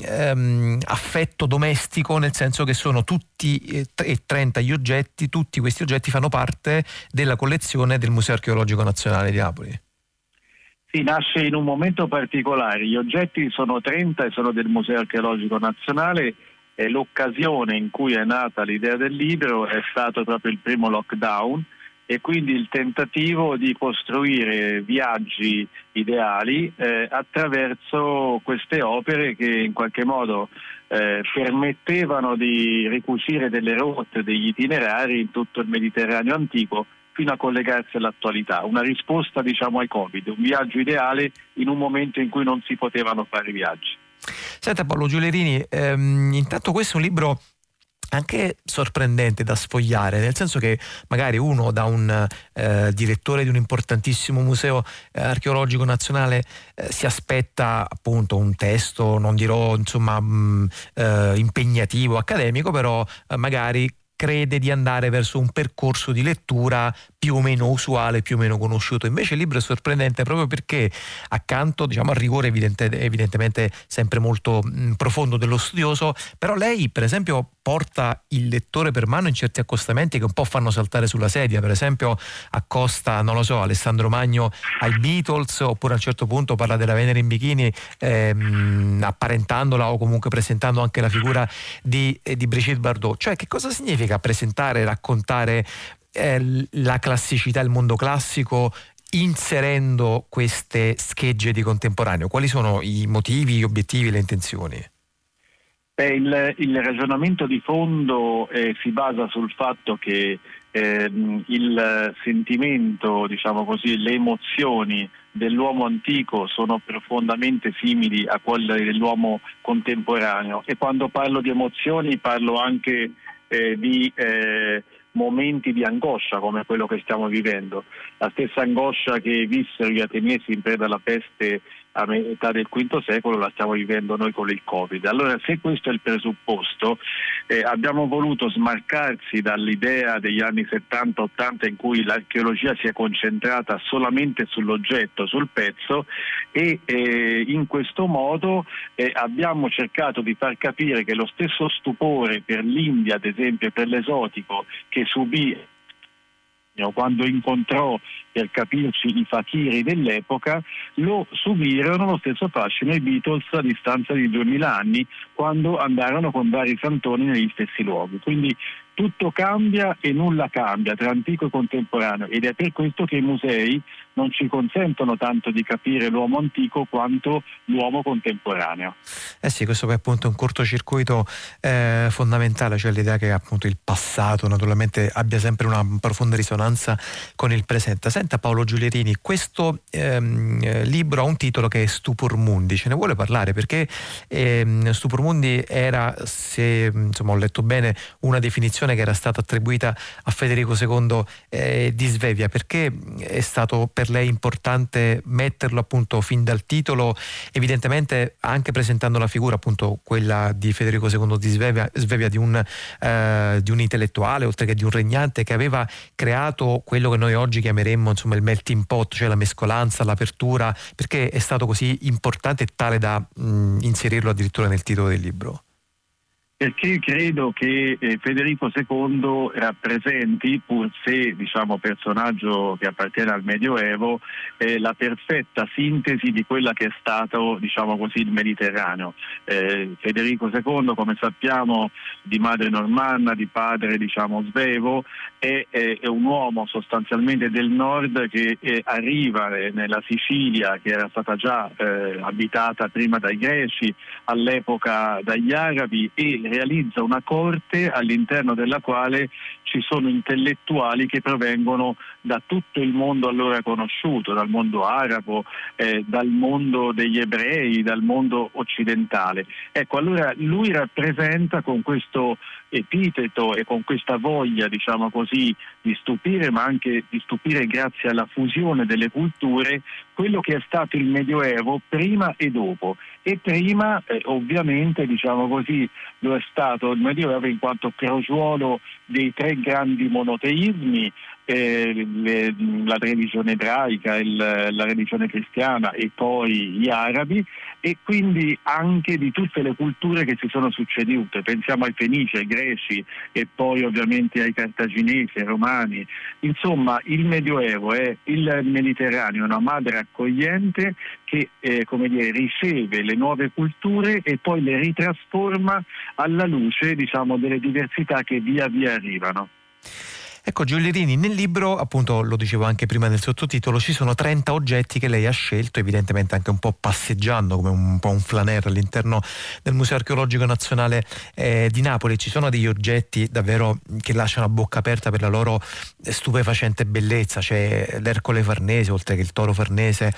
affetto domestico, nel senso che sono tutti e 30 gli oggetti, tutti questi oggetti fanno parte della collezione del Museo Archeologico Nazionale di Napoli. Sì, nasce in un momento particolare, gli oggetti sono 30 e sono del Museo Archeologico Nazionale. E l'occasione in cui è nata l'idea del libro è stato proprio il primo lockdown e quindi il tentativo di costruire viaggi ideali attraverso queste opere che in qualche modo permettevano di ricucire delle rotte, degli itinerari in tutto il Mediterraneo antico fino a collegarsi all'attualità. Una risposta, diciamo, ai Covid, un viaggio ideale in un momento in cui non si potevano fare viaggi. Senta Paolo Giulierini, intanto questo è un libro anche sorprendente da sfogliare, nel senso che magari uno da un direttore di un importantissimo museo archeologico nazionale si aspetta appunto un testo, non dirò insomma impegnativo, accademico, però magari crede di andare verso un percorso di lettura più o meno usuale, più o meno conosciuto. Invece il libro è sorprendente proprio perché, accanto al rigore evidentemente sempre molto profondo dello studioso, però lei per esempio porta il lettore per mano in certi accostamenti che un po' fanno saltare sulla sedia. Per esempio accosta, non lo so, Alessandro Magno ai Beatles, oppure a un certo punto parla della Venere in bikini, apparentandola o comunque presentando anche la figura di Brigitte Bardot. Cioè, che cosa significa presentare, raccontare la classicità, il mondo classico, inserendo queste schegge di contemporaneo? Quali sono i motivi, gli obiettivi, le intenzioni? Il ragionamento di fondo si basa sul fatto che il sentimento, diciamo così, le emozioni dell'uomo antico sono profondamente simili a quelle dell'uomo contemporaneo, e quando parlo di emozioni parlo anche di momenti di angoscia come quello che stiamo vivendo. La stessa angoscia che vissero gli ateniesi in preda alla peste a metà del V secolo la stiamo vivendo noi con il Covid. Allora, se questo è il presupposto, abbiamo voluto smarcarsi dall'idea degli anni 70-80 in cui l'archeologia si è concentrata solamente sull'oggetto, sul pezzo, e in questo modo abbiamo cercato di far capire che lo stesso stupore per l'India, ad esempio, per l'esotico che subì quando incontrò, per capirci, i fakiri dell'epoca, lo subirono lo stesso fascino i Beatles a distanza di 2000 anni, quando andarono con vari santoni negli stessi luoghi. Quindi tutto cambia e nulla cambia tra antico e contemporaneo, ed è per questo che i musei non ci consentono tanto di capire l'uomo antico quanto l'uomo contemporaneo. Sì, questo poi appunto è un cortocircuito fondamentale, cioè l'idea che appunto il passato naturalmente abbia sempre una profonda risonanza con il presente. Senta Paolo Giulierini, questo libro ha un titolo che è Stupor Mundi, ce ne vuole parlare? Perché Stupor Mundi era, se insomma ho letto bene, una definizione che era stata attribuita a Federico II di Svevia. Perché è stato per lei importante metterlo appunto fin dal titolo, evidentemente anche presentando la figura appunto quella di Federico II di Svevia, di un intellettuale oltre che di un regnante che aveva creato quello che noi oggi chiameremmo insomma il melting pot, cioè la mescolanza, l'apertura? Perché è stato così importante e tale da inserirlo addirittura nel titolo del libro? Perché credo che Federico II rappresenti, pur se diciamo personaggio che appartiene al Medioevo, la perfetta sintesi di quella che è stato, diciamo così, il Mediterraneo. Federico II, come sappiamo, di madre normanna, di padre diciamo svevo, è un uomo sostanzialmente del nord che arriva nella Sicilia, che era stata già abitata prima dai greci, all'epoca dagli arabi, e realizza una corte all'interno della quale ci sono intellettuali che provengono da tutto il mondo allora conosciuto, dal mondo arabo, dal mondo degli ebrei, dal mondo occidentale. Ecco, allora lui rappresenta, con questo epiteto e con questa voglia, diciamo così, di stupire, ma anche di stupire grazie alla fusione delle culture, quello che è stato il Medioevo prima e dopo. E prima ovviamente, diciamo così, lo è stato il Medioevo in quanto crogiuolo dei tre grandi monoteismi, la religione ebraica, la religione cristiana e poi gli arabi, e quindi anche di tutte le culture che si sono succedute. Pensiamo ai Fenici, ai Greci e poi ovviamente ai Cartaginesi, ai Romani. Insomma, il Medioevo è il Mediterraneo, una madre accogliente che riceve le nuove culture e poi le ritrasforma alla luce, diciamo, delle diversità che via via arrivano. Ecco Giulierini, nel libro, appunto lo dicevo anche prima nel sottotitolo, ci sono 30 oggetti che lei ha scelto, evidentemente anche un po' passeggiando come un po' un flaneur all'interno del Museo Archeologico Nazionale di Napoli. Ci sono degli oggetti davvero che lasciano a bocca aperta per la loro stupefacente bellezza. C'è l'Ercole Farnese, oltre che il toro farnese,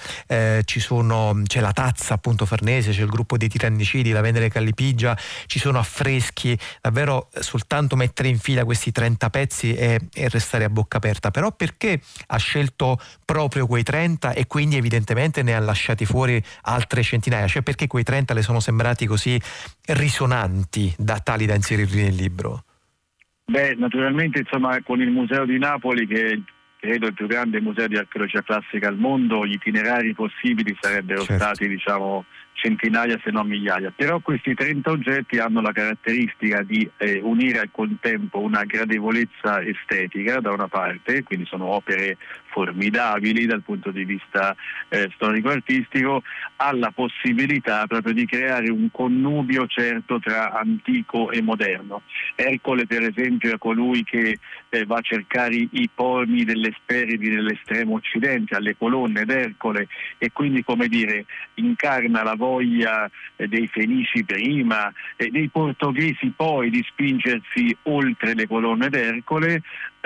c'è la tazza appunto farnese, c'è il gruppo dei tirannicidi, la Venere Callipigia, ci sono affreschi, davvero soltanto mettere in fila questi 30 pezzi e restare a bocca aperta. Però perché ha scelto proprio quei 30 e quindi evidentemente ne ha lasciati fuori altre centinaia? Cioè perché quei 30 le sono sembrati così risonanti tali da inserirli nel libro? Beh, naturalmente insomma con il Museo di Napoli, che credo il più grande museo di archeologia classica al mondo, gli itinerari possibili sarebbero stati centinaia se non migliaia, però questi 30 oggetti hanno la caratteristica di unire al contempo una gradevolezza estetica da una parte, quindi sono opere formidabili dal punto di vista storico-artistico, alla possibilità proprio di creare un connubio certo tra antico e moderno. Ercole per esempio è colui che va a cercare i pormi delle Speridi nell'estremo occidente, alle colonne d'Ercole, e quindi come dire incarna la voglia dei Fenici prima e dei Portoghesi poi di spingersi oltre le colonne d'Ercole.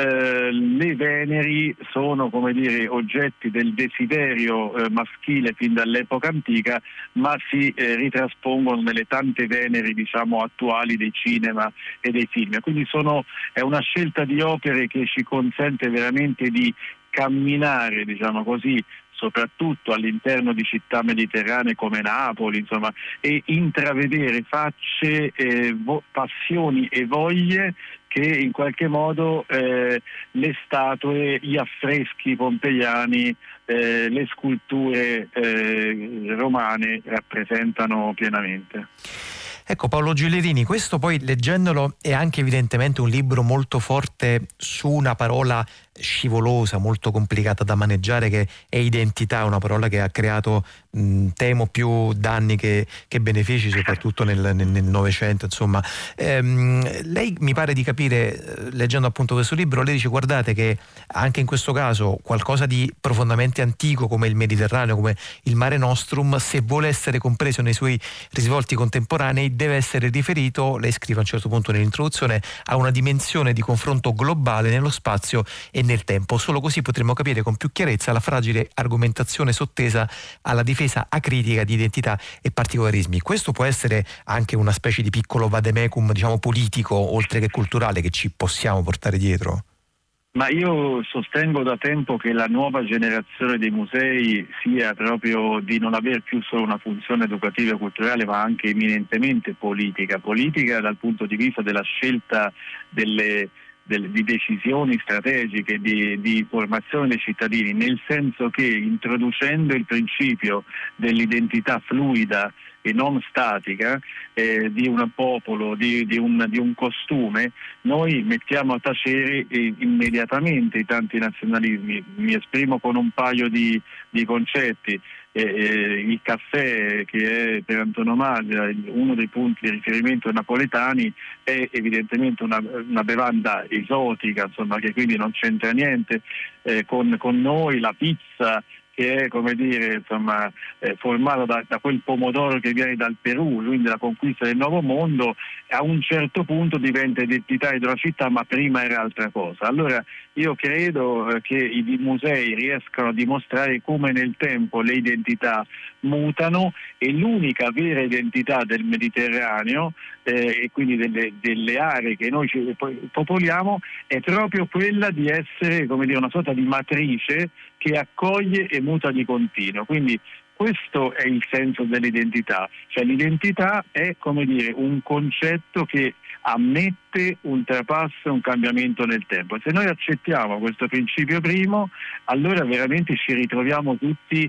Le Veneri sono come dire oggetti del desiderio maschile fin dall'epoca antica, ma si ritraspongono nelle tante Veneri diciamo attuali dei cinema e dei film, quindi è una scelta di opere che ci consente veramente di camminare diciamo così soprattutto all'interno di città mediterranee come Napoli, insomma, e intravedere facce, passioni e voglie che in qualche modo le statue, gli affreschi pompeiani, le sculture romane rappresentano pienamente. Ecco Paolo Giulierini, questo poi leggendolo è anche evidentemente un libro molto forte su una parola scivolosa, molto complicata da maneggiare, che è identità, una parola che ha creato temo più danni che benefici, soprattutto nel Novecento, insomma. Lei mi pare di capire, leggendo appunto questo libro, lei dice guardate che anche in questo caso qualcosa di profondamente antico come il Mediterraneo, come il Mare Nostrum, se vuole essere compreso nei suoi risvolti contemporanei deve essere riferito, lei scrive a un certo punto nell'introduzione, a una dimensione di confronto globale nello spazio e nel tempo. Solo così potremo capire con più chiarezza la fragile argomentazione sottesa alla difesa acritica di identità e particolarismi. Questo può essere anche una specie di piccolo vademecum, diciamo, politico, oltre che culturale, che ci possiamo portare dietro? Ma io sostengo da tempo che la nuova generazione dei musei sia proprio di non aver più solo una funzione educativa e culturale, ma anche eminentemente politica dal punto di vista della scelta di decisioni strategiche, di formazione dei cittadini, nel senso che introducendo il principio dell'identità fluida e non statica di un popolo, di un costume, noi mettiamo a tacere immediatamente i tanti nazionalismi. Mi esprimo con un paio di concetti. Il caffè, che è per antonomasia uno dei punti di riferimento napoletani, è evidentemente una bevanda esotica, insomma, che quindi non c'entra niente con noi. La pizza, che è come dire insomma formata da quel pomodoro che viene dal Perù, quindi la conquista del Nuovo Mondo, a un certo punto diventa identità di una città, ma prima era altra cosa. Allora io credo che i musei riescano a dimostrare come nel tempo le identità mutano, e l'unica vera identità del Mediterraneo e quindi delle aree che noi popoliamo è proprio quella di essere come dire una sorta di matrice che accoglie e muta di continuo. Quindi questo è il senso dell'identità, cioè l'identità è come dire un concetto che ammette un trapasso e un cambiamento nel tempo. Se noi accettiamo questo principio primo, allora veramente ci ritroviamo tutti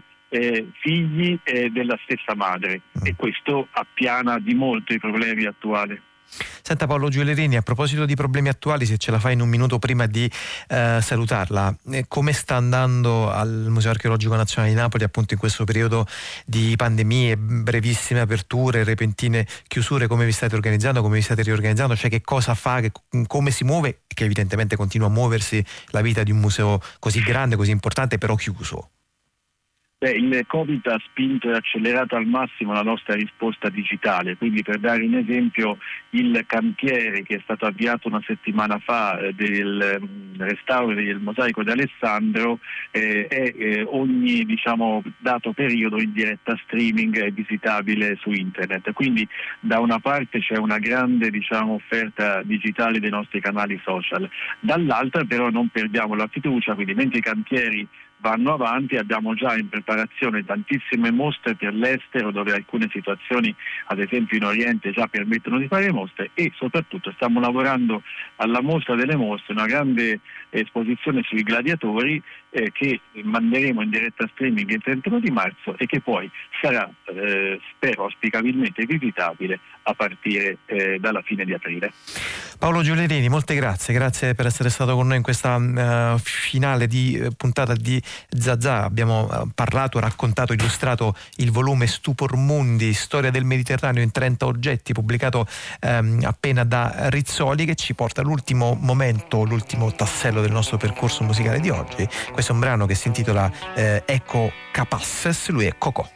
figli della stessa madre, e questo appiana di molto i problemi attuali. Senta Paolo Giulerini, a proposito di problemi attuali, se ce la fai in un minuto prima di salutarla, come sta andando al Museo Archeologico Nazionale di Napoli appunto in questo periodo di pandemie, brevissime aperture, repentine chiusure, come vi state organizzando, come vi state riorganizzando, cioè che cosa fa, come si muove, che evidentemente continua a muoversi la vita di un museo così grande, così importante, però chiuso? Il Covid ha spinto e accelerato al massimo la nostra risposta digitale, quindi per dare un esempio il cantiere che è stato avviato una settimana fa del restauro del mosaico di Alessandro è ogni dato periodo in diretta streaming e visitabile su internet, quindi da una parte c'è una grande offerta digitale dei nostri canali social, dall'altra però non perdiamo la fiducia, quindi mentre i cantieri vanno avanti, abbiamo già in preparazione tantissime mostre per l'estero dove alcune situazioni, ad esempio in Oriente, già permettono di fare mostre, e soprattutto stiamo lavorando alla mostra delle mostre, una grande esposizione sui gladiatori che manderemo in diretta streaming il 31 di marzo e che poi sarà, spero auspicabilmente, visitabile a partire dalla fine di aprile. Paolo Giulerini, molte grazie per essere stato con noi in questa finale di puntata di Zazà. Abbiamo parlato, raccontato, illustrato il volume Stupor Mundi, storia del Mediterraneo in 30 oggetti, pubblicato appena da Rizzoli, che ci porta all'ultimo momento, l'ultimo tassello del nostro percorso musicale di oggi. Questo è un brano che si intitola Eco Capasses, lui è Cocò.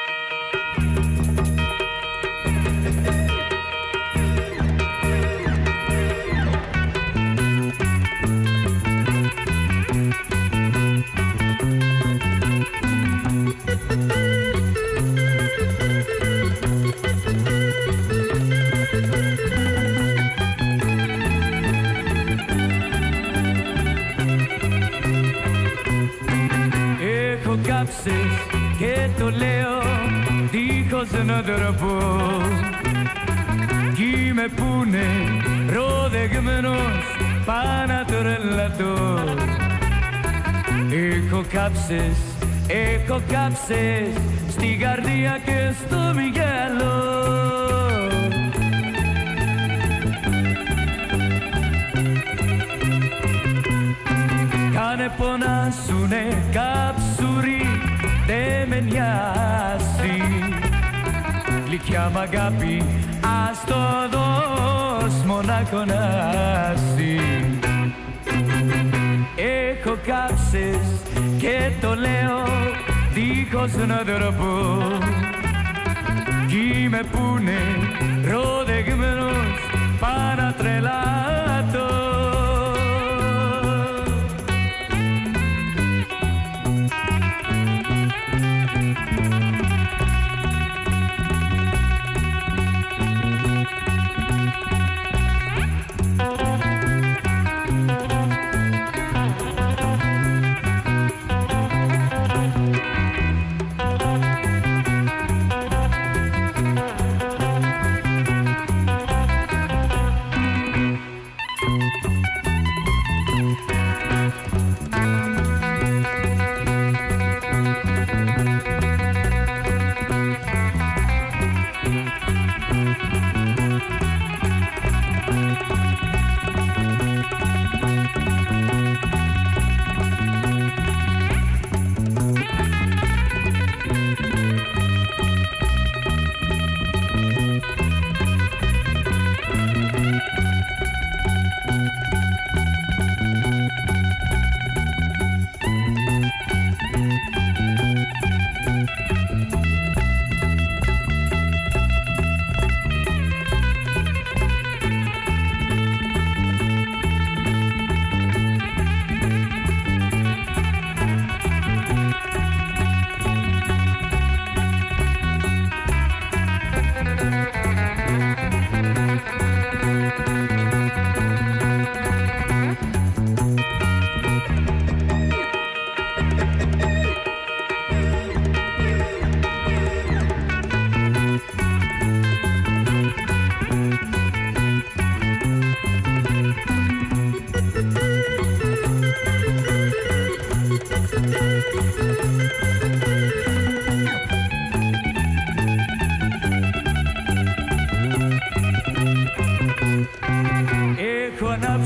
Che to leo dico se ne dopo chi me pune rode che menos panatorelato Eco capses sti guardia che sto Miguello cane ponasune capsuri de meniasi li chiama Gapi a todos monaconasi Eco capses che toleo dico sono dopo chi me pune rode che menos para trelato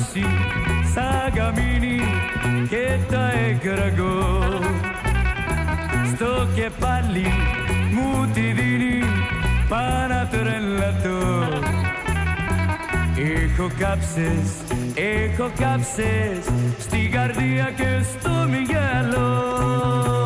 così, sa cammini che e grago. Sto che parli, mutidini, panatrellato. Eco capses, sti cardia che sto Miguello.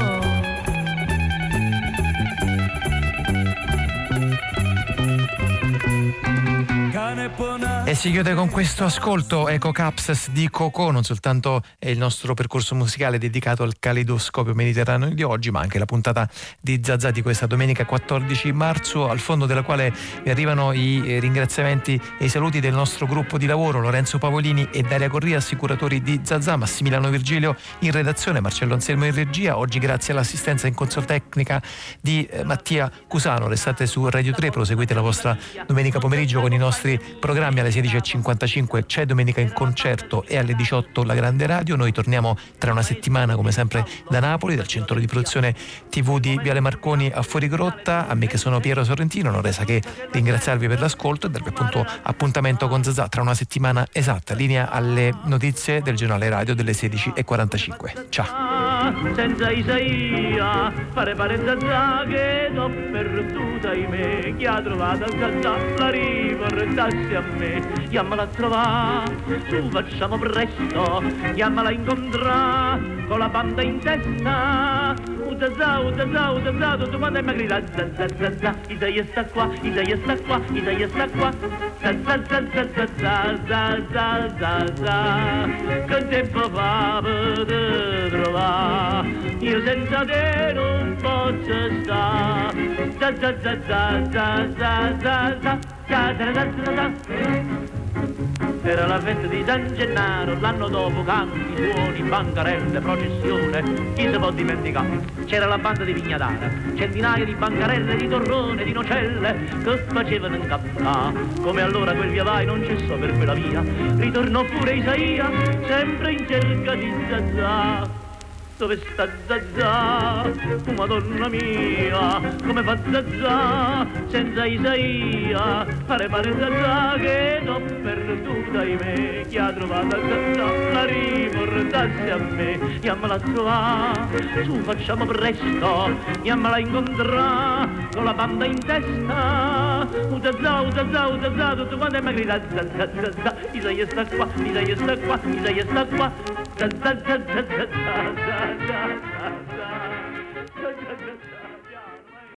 E si chiude con questo ascolto Eco Capses di Coco. Non soltanto è il nostro percorso musicale dedicato al caleidoscopio mediterraneo di oggi, ma anche la puntata di Zazà di questa domenica 14 marzo, al fondo della quale vi arrivano i ringraziamenti e i saluti del nostro gruppo di lavoro: Lorenzo Pavolini e Daria Corria, assicuratori di Zazà, Massimiliano Virgilio in redazione, Marcello Anselmo in regia. Oggi grazie all'assistenza in console tecnica di Mattia Cusano. Restate su Radio 3, proseguite la vostra domenica pomeriggio con i nostri programmi. Alle 16.55 c'è Domenica in Concerto e alle 18 la Grande Radio. Noi torniamo tra una settimana come sempre da Napoli, dal centro di produzione TV di Viale Marconi a Fuorigrotta. A me che sono Piero Sorrentino non resta che ringraziarvi per l'ascolto e darvi appunto appuntamento con Zazà tra una settimana esatta. Linea alle notizie del giornale radio delle 16.45. Ciao. Senza Isaia fare Zazà che l'ho perduta ahimè. Chi ha trovato Zazà la riportassi a me. Chiamala a trovare, su facciamo presto, chiamala a incontrare con la banda in testa. Zazà, tutto quanto è magrita. Zazà, Isaia sta qua, Isaia sta qua, Isaia sta qua. Zazà, che tempo fa per trovare, io senza te non posso stare. Era la festa di San Gennaro, l'anno dopo canti, suoni, bancarelle, processione, chi si può dimenticare? C'era la banda di Vignadara, centinaia di bancarelle, di torrone, di nocelle, che facevano incappare. Come allora quel via vai non cessò per quella via, ritornò pure Isaia, sempre in cerca di Zazà. Dove sta Zazà? Oh, Madonna mia, come fa Zazà senza Isaia? Fare Zazà che l'ho perduta ahimè. Chi ha trovato Zazà la riportassi a me. Chiamala a trovare, su facciamo presto, chiamala a incontrare con la banda in testa. Zazà, tutto quanto è magrita. Zazà, Isaia sta qua, Isaia sta qua, Isaia sta qua. Zazà.